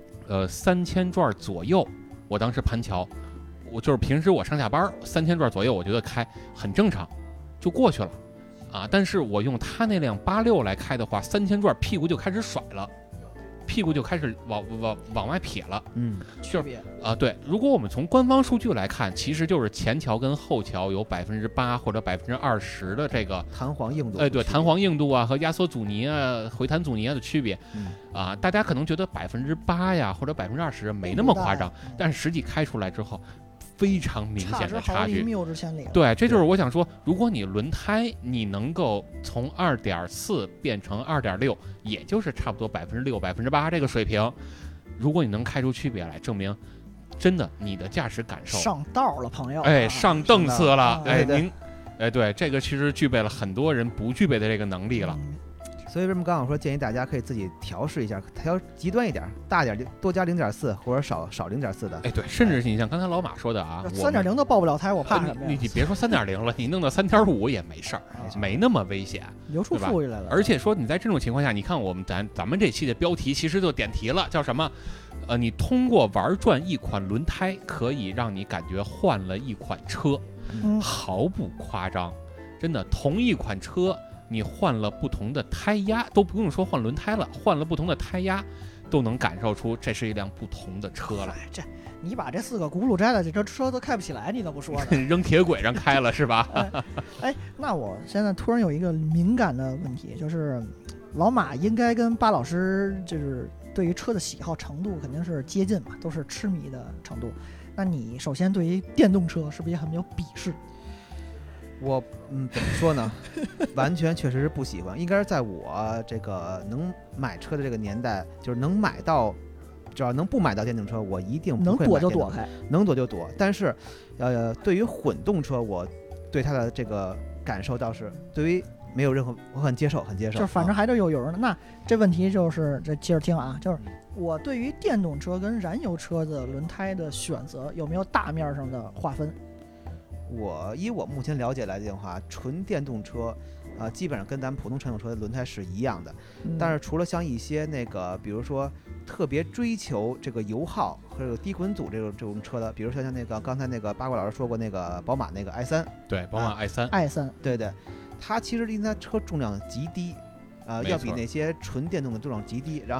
3000转左右，我当时盘桥，我就是平时我上下班3000转左右，我觉得开很正常，就过去了啊。但是我用他那辆86来开的话，3000转屁股就开始甩了。屁股就开始往外撇了， 就是对。如果我们从官方数据来看，其实就是前桥跟后桥有8%或者20%的这个弹簧硬度， 对，弹簧硬度啊和压缩阻尼啊、回弹阻尼啊的区别，大家可能觉得8%呀或者20%没那么夸张，但是实际开出来之后，非常明显的差距， 谬之千里。 对，这就是我想说，如果你轮胎你能够从2.4变成2.6，也就是差不多6%、8%这个水平，如果你能开出区别来，证明真的你的驾驶感受上道了，朋友， 上档次了， 您， 对，这个其实具备了很多人不具备的这个能力了。 所以为什么刚刚说建议大家可以自己调试一下，调极端一点，大点多加0.4或者少0.4的。 对，甚至你像刚才老马说的啊 ，3.0都爆不了胎，我怕什么呀？ 你别说3.0了，你弄到3.5也没事儿，没那么危险， 流出富裕来了。 而且说你在这种情况下，你看咱们这期的标题其实就点题了，叫什么？你通过玩转一款轮胎，可以让你感觉换了一款车，毫不夸张，真的，同一款车。你换了不同的胎压，都不用说换轮胎了，换了不同的胎压，都能感受出这是一辆不同的车了。 这你把这4个轱辘摘了，这车都开不起来，你都不说呢。 扔铁轨上开了是吧？ 那我现在突然有一个敏感的问题，就是老马应该跟巴老师就是对于车的喜好程度肯定是接近嘛，都是痴迷的程度。那你首先对于电动车是不是也很有鄙视？ 我怎么说呢？完全确实是不喜欢。应该是在我这个能买车的这个年代，就是能买到，只要能不买到电动车，我一定不会买电动车。 能躲就躲开， 能躲就躲。但是，对于混动车，我对它的这个感受倒是，对于没有任何，我很接受，很接受。 就是反正还是有油的。那这问题就是这接着听啊，就是我对于电动车跟燃油车的轮胎的选择有没有大面上的划分？ 以我目前了解来讲的话，纯电动车，基本上跟咱们普通乘用车的轮胎是一样的。但是除了像一些那个，比如说特别追求这个油耗和有低混阻这种车的，比如说像那个刚才那个八卦老师说过那个宝马那个 i3， 对，宝马 i3， 对，它其实因为它车重量极低，要比那些纯电动的重量极低，然后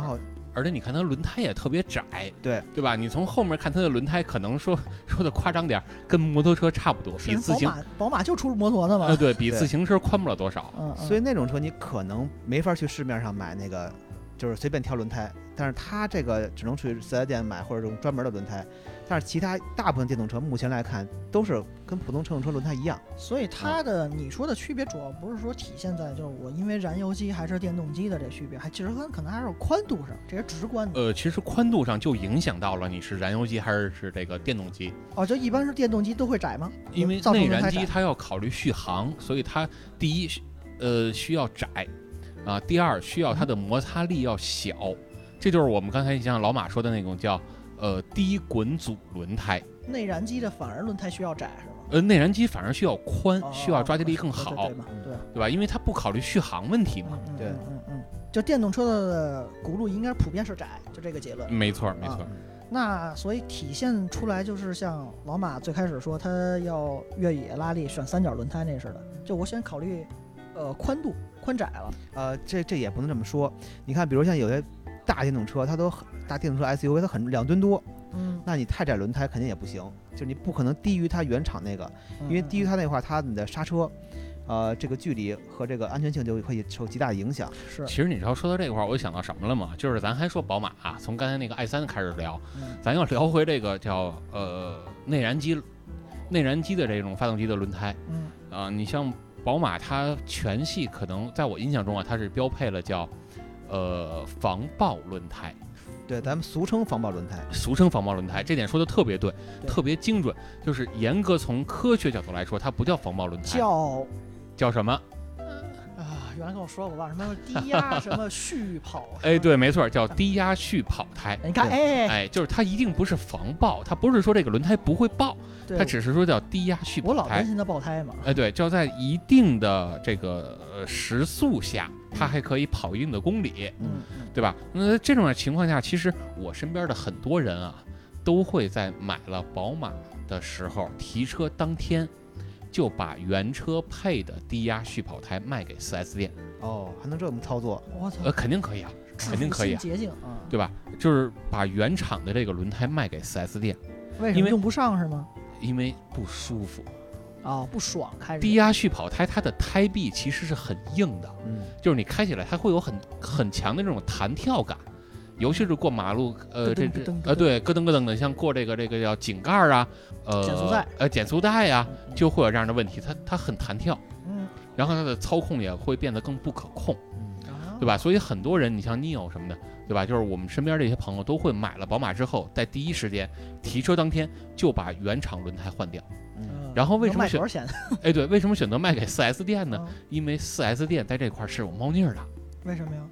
而且你看它轮胎也特别窄， 对吧？你从后面看它的轮胎，可能说的夸张点，跟摩托车差不多，比自行宝马就出摩托的嘛， 对比自行车宽不了多少。 所以那种车你可能没法去市面上买那个，就是随便挑轮胎，但是它这个只能去4S店买或者这种专门的轮胎。但是其他大部分电动车目前来看都是跟普通乘用车轮胎一样， 所以它的你说的区别主要不是说体现在就是我因为燃油机还是电动机的这区别，其实可能还是宽度上这些直观的。 其实宽度上就影响到了你是燃油机还是这个电动机。 就一般是电动机都会窄吗？ 因为内燃机它要考虑续航，所以它第一需要窄啊，第二需要它的摩擦力要小，这就是我们刚才像老马说的那种叫低滚阻轮胎。 内燃机的反而轮胎需要窄是吗？ 内燃机反而需要宽，需要抓地力更好， 对吧？因为它不考虑续航问题嘛。 对， 就电动车的轱辘应该普遍是窄，就这个结论。 没错。 那所以体现出来就是像老马最开始说他要越野拉力选3角轮胎那似的，就我先考虑宽度宽窄了。 这也不能这么说。你看，比如像有些大电动车，它都大电动车 SUV， 它很2吨多。那你太窄轮胎肯定也不行，就是你不可能低于它原厂那个，因为低于它那块，它你的刹车，这个距离和这个安全性就会受极大的影响。 是， 其实你知道说到这块，我就想到什么了吗？就是咱还说宝马啊，从刚才那个i3开始聊，咱要聊回这个叫内燃机的这种发动机的轮胎。你像宝马，它全系可能在我印象中啊，它是标配了叫防爆轮胎。 对，咱们俗称防爆轮胎，这点说的特别对，特别精准。就是严格从科学角度来说，它不叫防爆轮胎，叫什么？ 原来跟我说过吧，什么低压什么续跑？ 对，没错，叫低压续跑胎。 你看， 就是它一定不是防爆，它不是说这个轮胎不会爆，它只是说叫低压续跑胎。 我老担心它爆胎嘛。 对，就要在一定的这个时速下，它还可以跑一定的公里，对吧？那这种情况下，其实我身边的很多人啊，都会在买了宝马的时候，提车当天就把原车配的低压续跑胎卖给4S店。 还能这么操作？ 我操！ 肯定可以啊，肯定可以啊， 捷径对吧？就是把原厂的这个轮胎卖给4S店。 为什么用不上是吗？ 因为不舒服。 不爽开始。 低压续跑胎它的胎壁其实是很硬的，就是你开起来它会有很强的这种弹跳感，尤其是过马路，对，咯噔咯噔的，像过这个叫井盖啊，减速带啊，就会有这样的问题，它很弹跳，然后它的操控也会变得更不可控，对吧？所以很多人，你像 Neo 什么的，对吧？就是我们身边这些朋友都会买了宝马之后，在第一时间提车当天就把原厂轮胎换掉。然后为什么对，为什么选择卖给4S店呢？因为4S店在这块是有猫腻的。 为什么呀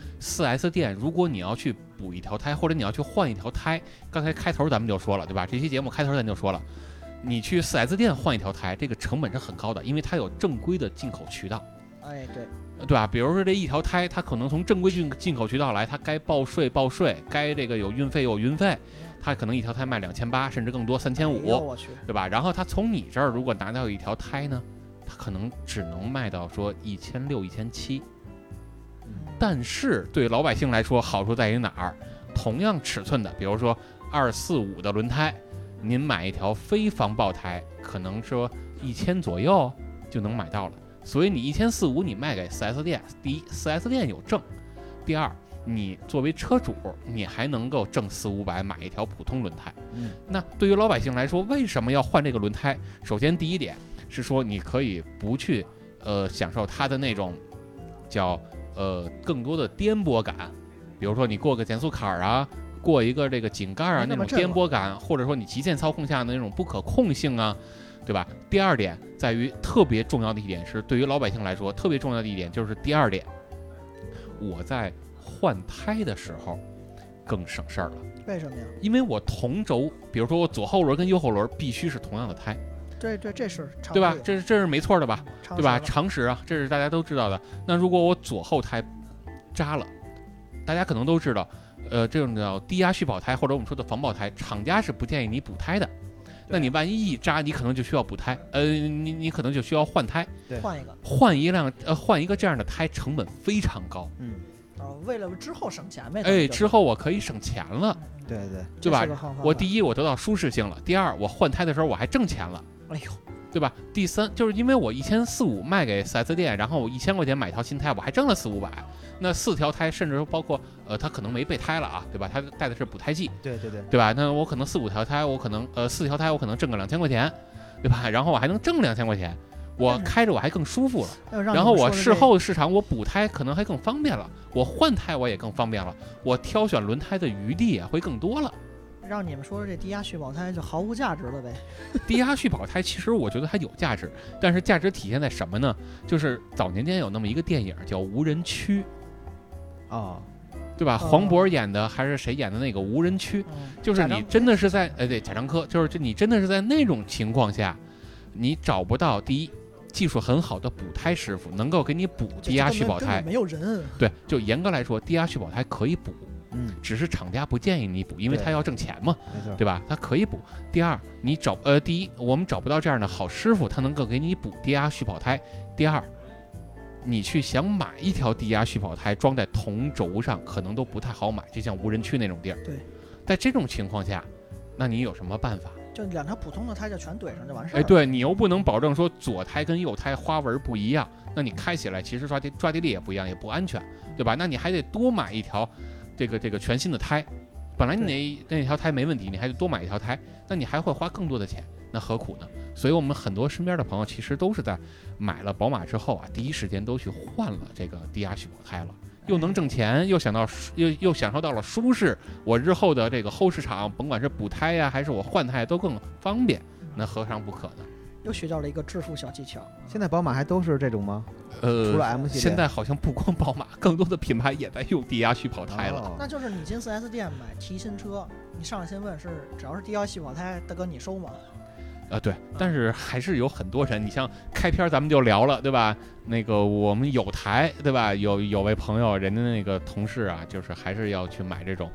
？4S店如果你要去补一条胎，或者你要去换一条胎，刚才开头咱们就说了，对吧？这期节目开头咱就说了，你去4S店换一条胎，这个成本是很高的，因为它有正规的进口渠道。对吧？比如说这一条胎，它可能从正规进口渠道来，它该报税，该这个有运费有运费，它可能一条胎卖2800，甚至更多3500，对吧？然后它从你这儿如果拿到一条胎呢，它可能只能卖到说1600、1700。但是对老百姓来说，好处在于哪儿？同样尺寸的，比如说245的轮胎，您买一条非防爆胎，可能说1000左右就能买到了。所以你1400你卖给4S店，第一，4S店有证；第二，你作为车主，你还能够挣400-500买一条普通轮胎。那对于老百姓来说，为什么要换这个轮胎？首先第一点是说，你可以不去享受它的那种叫更多的颠簸感，比如说你过个减速坎啊，过一个这个井盖啊，那种颠簸感，或者说你极限操控下的那种不可控性啊，对吧？第二点在于特别重要的一点是，对于老百姓来说特别重要的一点就是第二点，我在换胎的时候更省事儿了。 为什么呀？ 因为我同轴，比如说我左后轮跟右后轮必须是同样的胎。 这是常识， 对吧？这是没错的吧？对吧？常识啊，这是大家都知道的。那如果我左后胎扎了，大家可能都知道，这种叫低压续跑胎或者我们说的防爆胎，厂家是不建议你补胎的。那你万一一扎，你可能就需要补胎，你可能就需要换胎， 换一个， 换一个这样的胎成本非常高。 为了之后省钱呗。 哎，之后我可以省钱了， 对对， 对吧？我第一， 一我得到舒适性了，第二我换胎的时候我还挣钱了。 哎呦， 对吧？第三就是因为我1400-1500卖给 4S 店，然后我1000块钱买条新胎，我还挣了400-500。那4条胎，甚至包括它可能没备胎了啊，对吧？它带的是补胎剂， 对对对， 对吧？那我可能4-5条胎，我可能4条胎我可能挣个2000块钱，对吧？然后我还能挣2000块钱，我开着我还更舒服了。然后我事后市场我补胎可能还更方便了，我换胎我也更方便了，我挑选轮胎的余地也会更多了。 让你们说这低压蓄保胎就毫无价值了呗？ 低压蓄保胎其实我觉得还有价值，但是价值体现在什么呢？就是早年间有那么一个电影叫《无人区》， 哦， 对吧？黄渤演的还是谁演的那个《无人区》？就是你真的是在对，贾樟柯，就是你真的是在那种情况下，你找不到第一技术很好的补胎师傅能够给你补低压蓄保胎， 没有人。 对，就严格来说，低压蓄保胎可以补。只是厂家不建议你补，因为他要挣钱嘛，对吧？他可以补。第二，你第一，我们找不到这样的好师傅，他能够给你补低压蓄保胎。第二，你去想买一条低压蓄保胎装在同轴上，可能都不太好买，就像无人区那种地儿。 对， 在这种情况下，那你有什么办法？ 就2条普通的胎就全怼上就完事儿。 哎，对你又不能保证说左胎跟右胎花纹不一样，那你开起来其实抓地力也不一样，也不安全，对吧？那你还得多买一条。这个全新的胎，本来你那条胎没问题，你还得多买一条胎，那你还会花更多的钱，那何苦呢？所以我们很多身边的朋友其实都是在买了宝马之后啊，第一时间都去换了这个低压蓄保胎了，又能挣钱，又享受到了舒适，我日后的这个后市场，甭管是补胎呀，还是我换胎都更方便，那何尝不可呢？ 又学到了一个致富小技巧。 现在宝马还都是这种吗？除了 M 系列， 现在好像不光宝马，更多的品牌也在用低压蓄保胎了。 那就是你进 4S 店买提新车，你上来先问是只要是低压蓄保胎，大哥你收吗？ 对，但是还是有很多人，你像开篇咱们就聊了，对吧？那个我们有台，对吧？有位朋友，人家那个同事啊，就是还是要去买这种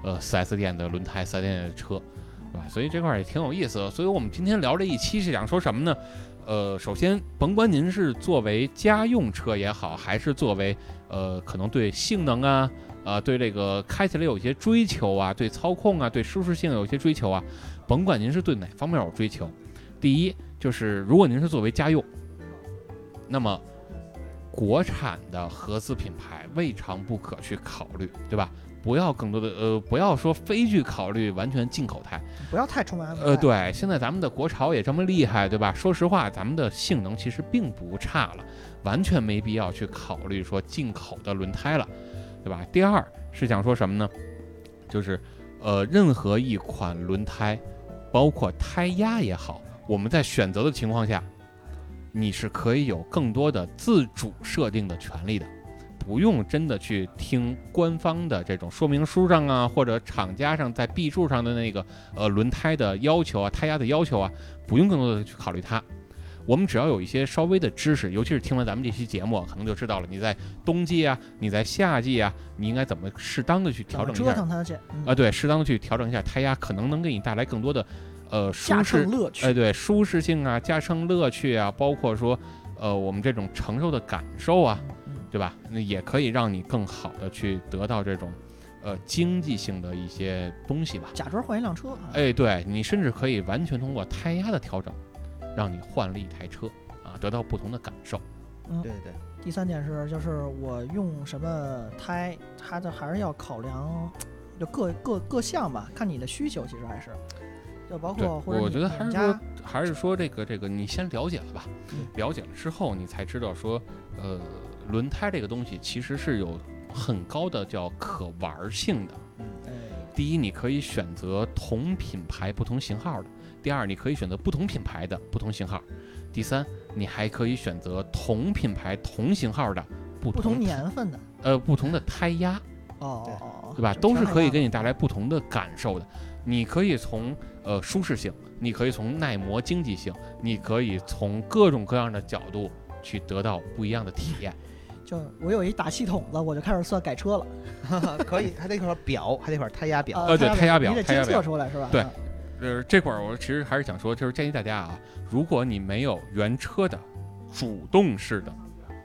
4S 店的轮胎，4S 店的车。对吧？所以这块也挺有意思的。所以我们今天聊这一期是想说什么呢？首先甭管您是作为家用车也好，还是作为可能对性能啊，对这个开起来有一些追求啊，对操控啊，对舒适性有一些追求啊，甭管您是对哪方面有追求，第一就是如果您是作为家用，那么国产的合资品牌未尝不可去考虑，对吧？不要更多的不要说非去考虑完全进口胎， 不要太崇拜。 对，现在咱们的国潮也这么厉害，对吧？说实话，咱们的性能其实并不差了，完全没必要去考虑说进口的轮胎了，对吧？第二是想说什么呢？就是任何一款轮胎，包括胎压也好，我们在选择的情况下，你是可以有更多的自主设定的权利的。不用真的去听官方的这种说明书上啊，或者厂家上在臂柱上的那个轮胎的要求啊，胎压的要求啊，不用更多的去考虑它。我们只要有一些稍微的知识，尤其是听了咱们这期节目，可能就知道了你在冬季啊，你在夏季啊，你应该怎么适当的去调整一下， 折腾它去对，适当的去调整一下胎压，可能给你带来更多的舒适乐趣， 对，舒适性啊，加深乐趣啊，包括说我们这种承受的感受啊。对吧？那也可以让你更好的去得到这种，经济性的一些东西吧。 假装换一辆车， 哎，对你甚至可以完全通过胎压的调整，让你换了一台车啊，得到不同的感受。 对对。 第三点就是我用什么胎，它还是要考量，就各项吧，看你的需求，其实还是。就包括或者我觉得还是说这个你先了解了吧，了解了之后你才知道说轮胎这个东西其实是有很高的叫可玩性的。第一，你可以选择同品牌不同型号的；第二，你可以选择不同品牌的不同型号；第三，你还可以选择同品牌同型号的不同年份的不同的胎压。对吧？都是可以给你带来不同的感受的。你可以从舒适性，你可以从耐磨经济性，你可以从各种各样的角度去得到不一样的体验。 就我有一打气筒子，我就开始算改车了。 可以，还得一块表，还得一块胎压表。 对，胎压表， 你得监测出来是吧？ 对，这块我其实还是想说，就是建议大家啊，如果你没有原车的主动式的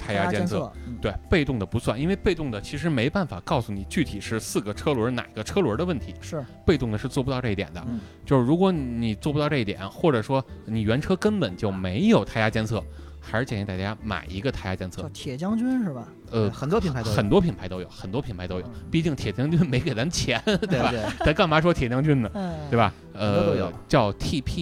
胎压监测。对，被动的不算，因为被动的其实没办法告诉你具体是4个车轮哪个车轮的问题， 是被动的是做不到这一点的。就是如果你做不到这一点，或者说你原车根本就没有胎压监测，还是建议大家买一个胎压监测。 叫铁将军是吧？ 很多品牌都有， 很多品牌都有，很多品牌都有。毕竟铁将军没给咱钱，对吧？ 对咱干嘛说铁将军呢？对吧？ 都有叫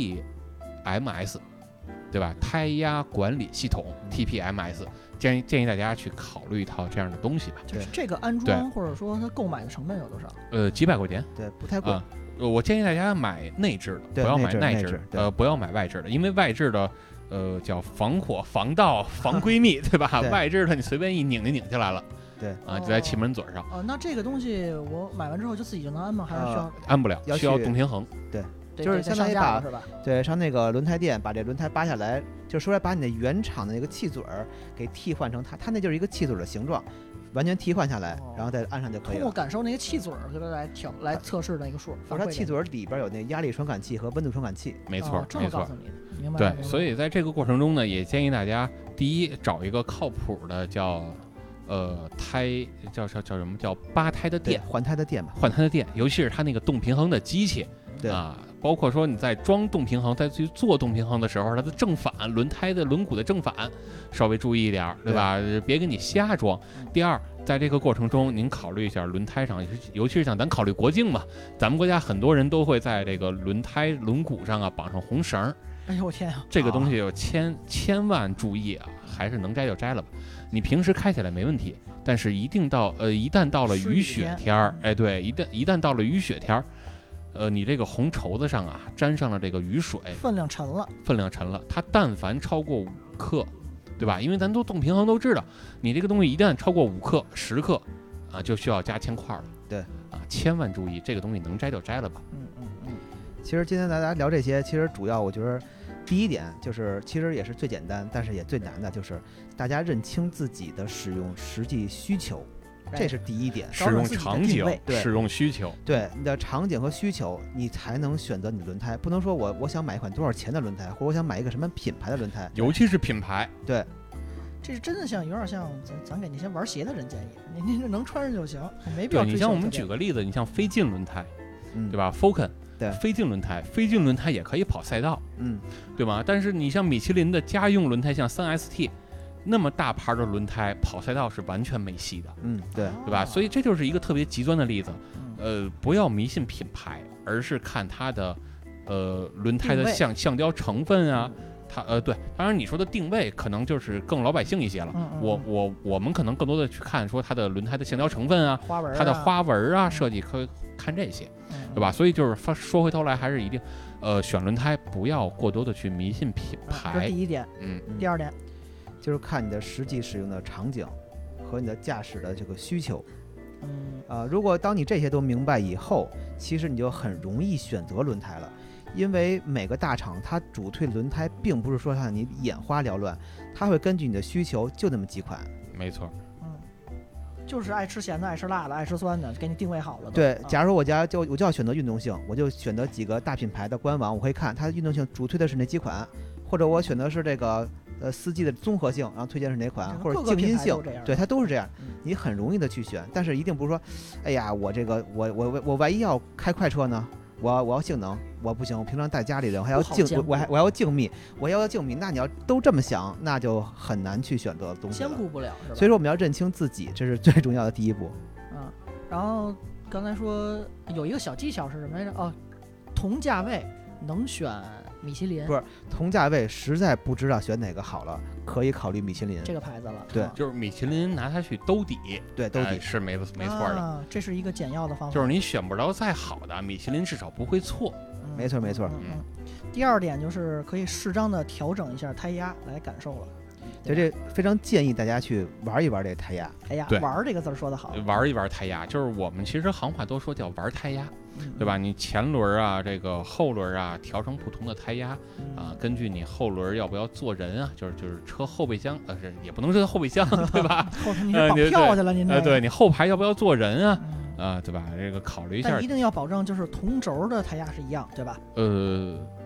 TPMS， 对吧？胎压管理系统 TPMS， 建议大家去考虑一套这样的东西吧。 就是这个安装或者说它购买的成本有多少？ 几百块钱， 对，不太贵。 我建议大家买内置的，不要买内置，不要买外置的，因为外置的。叫防火、防盗、防闺蜜，对吧？ 对外置的你随便一拧就拧下来了， 对啊，就在气门嘴上。 那这个东西我买完之后就自己就能安吗？还是需要？ 安不了，需要动平衡。 对，就是相当于把是吧？ 对，上那个轮胎店把这轮胎扒下来，就说来把你的原厂的那个气嘴儿给替换成它那就是一个气嘴的形状。完全替换下来，然后再按上就可以了。 通过感受那个气嘴给它来测试那个数。 它气嘴里边有那压力传感器和温度传感器。 没错， 没错。明白。 对，所以在这个过程中呢，也建议大家第一找一个靠谱的叫胎叫什么叫扒胎的店， 换胎的店吧， 换胎的店，尤其是它那个动平衡的机器。 对啊，包括说你在装动平衡，在去做动平衡的时候，它的正反轮胎的轮毂的正反稍微注意一点，对吧？别给你瞎装。第二，在这个过程中，您考虑一下轮胎上，尤其是像咱考虑国境嘛，咱们国家很多人都会在这个轮胎轮毂上啊绑上红绳。 哎呦我天啊！ 这个东西有千万注意啊，还是能摘就摘了吧。你平时开起来没问题，但是一旦到了雨雪天儿，哎，对，一旦到了雨雪天儿。你这个红绸子上啊，沾上了这个雨水， 分量沉了。 它但凡超过5克，对吧？因为咱都动平衡都知道，你这个东西一旦超过5克、10克，啊，就需要加铅块了。 对， 啊，千万注意，这个东西能摘就摘了吧。 其实今天大家聊这些，其实主要我觉得第一点就是，其实也是最简单，但是也最难的，就是大家认清自己的使用实际需求。这是第一点， 使用场景，使用需求， 对你的场景和需求，你才能选择你的轮胎。不能说我想买一款多少钱的轮胎，或者我想买一个什么品牌的轮胎， 尤其是品牌。 对， 这是真的有点像咱给那些玩鞋的人建议，你能穿上就行，没必要追求。 你像我们举个例子，你像飞进轮胎，对吧 ？Falcon， 对， 飞进轮胎也可以跑赛道，对吗？但是你像米其林的家用轮胎，像3ST。那么大牌的轮胎跑赛道是完全没戏的，对吧？所以这就是一个特别极端的例子，不要迷信品牌，而是看它的轮胎的橡胶成分啊，它对，当然你说的定位可能就是更老百姓一些了，我们可能更多的去看说它的轮胎的橡胶成分啊，它的花纹啊设计，可以看这些，对吧？所以就是说回头来还是一定，选轮胎不要过多的去迷信品牌， 这是第一点，第二点。 就是看你的实际使用的场景和你的驾驶的这个需求，如果当你这些都明白以后，其实你就很容易选择轮胎了，因为每个大厂它主推轮胎并不是说让你眼花缭乱，它会根据你的需求就那么几款。 没错， 就是爱吃咸的、爱吃辣的、爱吃酸的，给你定位好了。 对，假如我就要选择运动性，我就选择几个大品牌的官网，我可以看它运动性主推的是哪几款，或者我选择是这个。四季的综合性，然后推荐是哪款，或者静音性，对，它都是这样，你很容易的去选，但是一定不是说，哎呀，我这个我万一要开快车呢，我要性能，我不行，我平常带家里人，我还要我要静谧，那你要都这么想，那就很难去选择东西了， 兼顾不了，是吧？ 所以说我们要认清自己，这是最重要的第一步。 然后刚才说有一个小技巧是什么来着？哦，同价位能选。米其林不是同价位，实在不知道选哪个好了，可以考虑米其林这个牌子了。 对， 就是米其林拿它去兜底， 对，兜底是没错的。 这是一个简要的方法。 就是你选不着再好的，米其林至少不会错。 没错。 第二点就是可以适当的调整一下胎压来感受了。 所以这非常建议大家去玩一玩这个胎压。 哎呀，玩这个字说得好， 玩一玩胎压，就是我们其实行话都说叫玩胎压。对吧？你前轮啊，这个后轮啊，调成不同的胎压啊，根据你后轮要不要坐人啊，就是车后备箱，也不能说后备箱，对吧？ 后头你是绑票去了，您对你后排要不要坐人啊？对吧？这个考虑一下， 但一定要保证就是同轴的胎压是一样，对吧？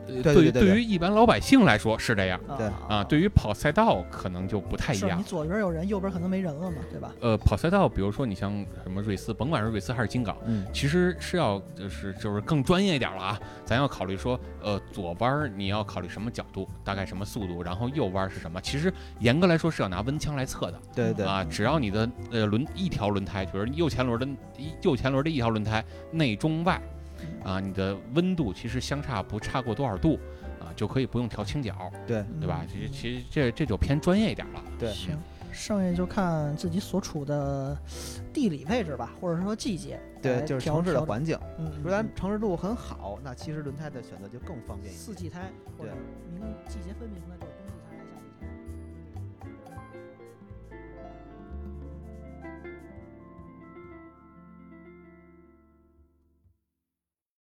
对于一般老百姓来说是这样对啊，对于跑赛道可能就不太一样。 是你左边有人，右边可能没人了嘛，对吧？ 跑赛道，比如说你像什么瑞斯，甭管是瑞斯还是金港，其实是要就是更专业一点了啊。咱要考虑说，左弯你要考虑什么角度，大概什么速度，然后右弯是什么。其实严格来说是要拿温枪来测的。 对对啊，只要你的一条轮胎，就是右前轮的一条轮胎内中外，啊，你的温度其实相差不差过多少度。就可以不用调倾角，对吧？其实这就偏专业一点了。 对， 行，剩下就看自己所处的地理位置吧，或者说季节。 对，就是城市的环境。如果咱城市路很好，那其实轮胎的选择就更方便一些。 四季胎或者季节分明的就。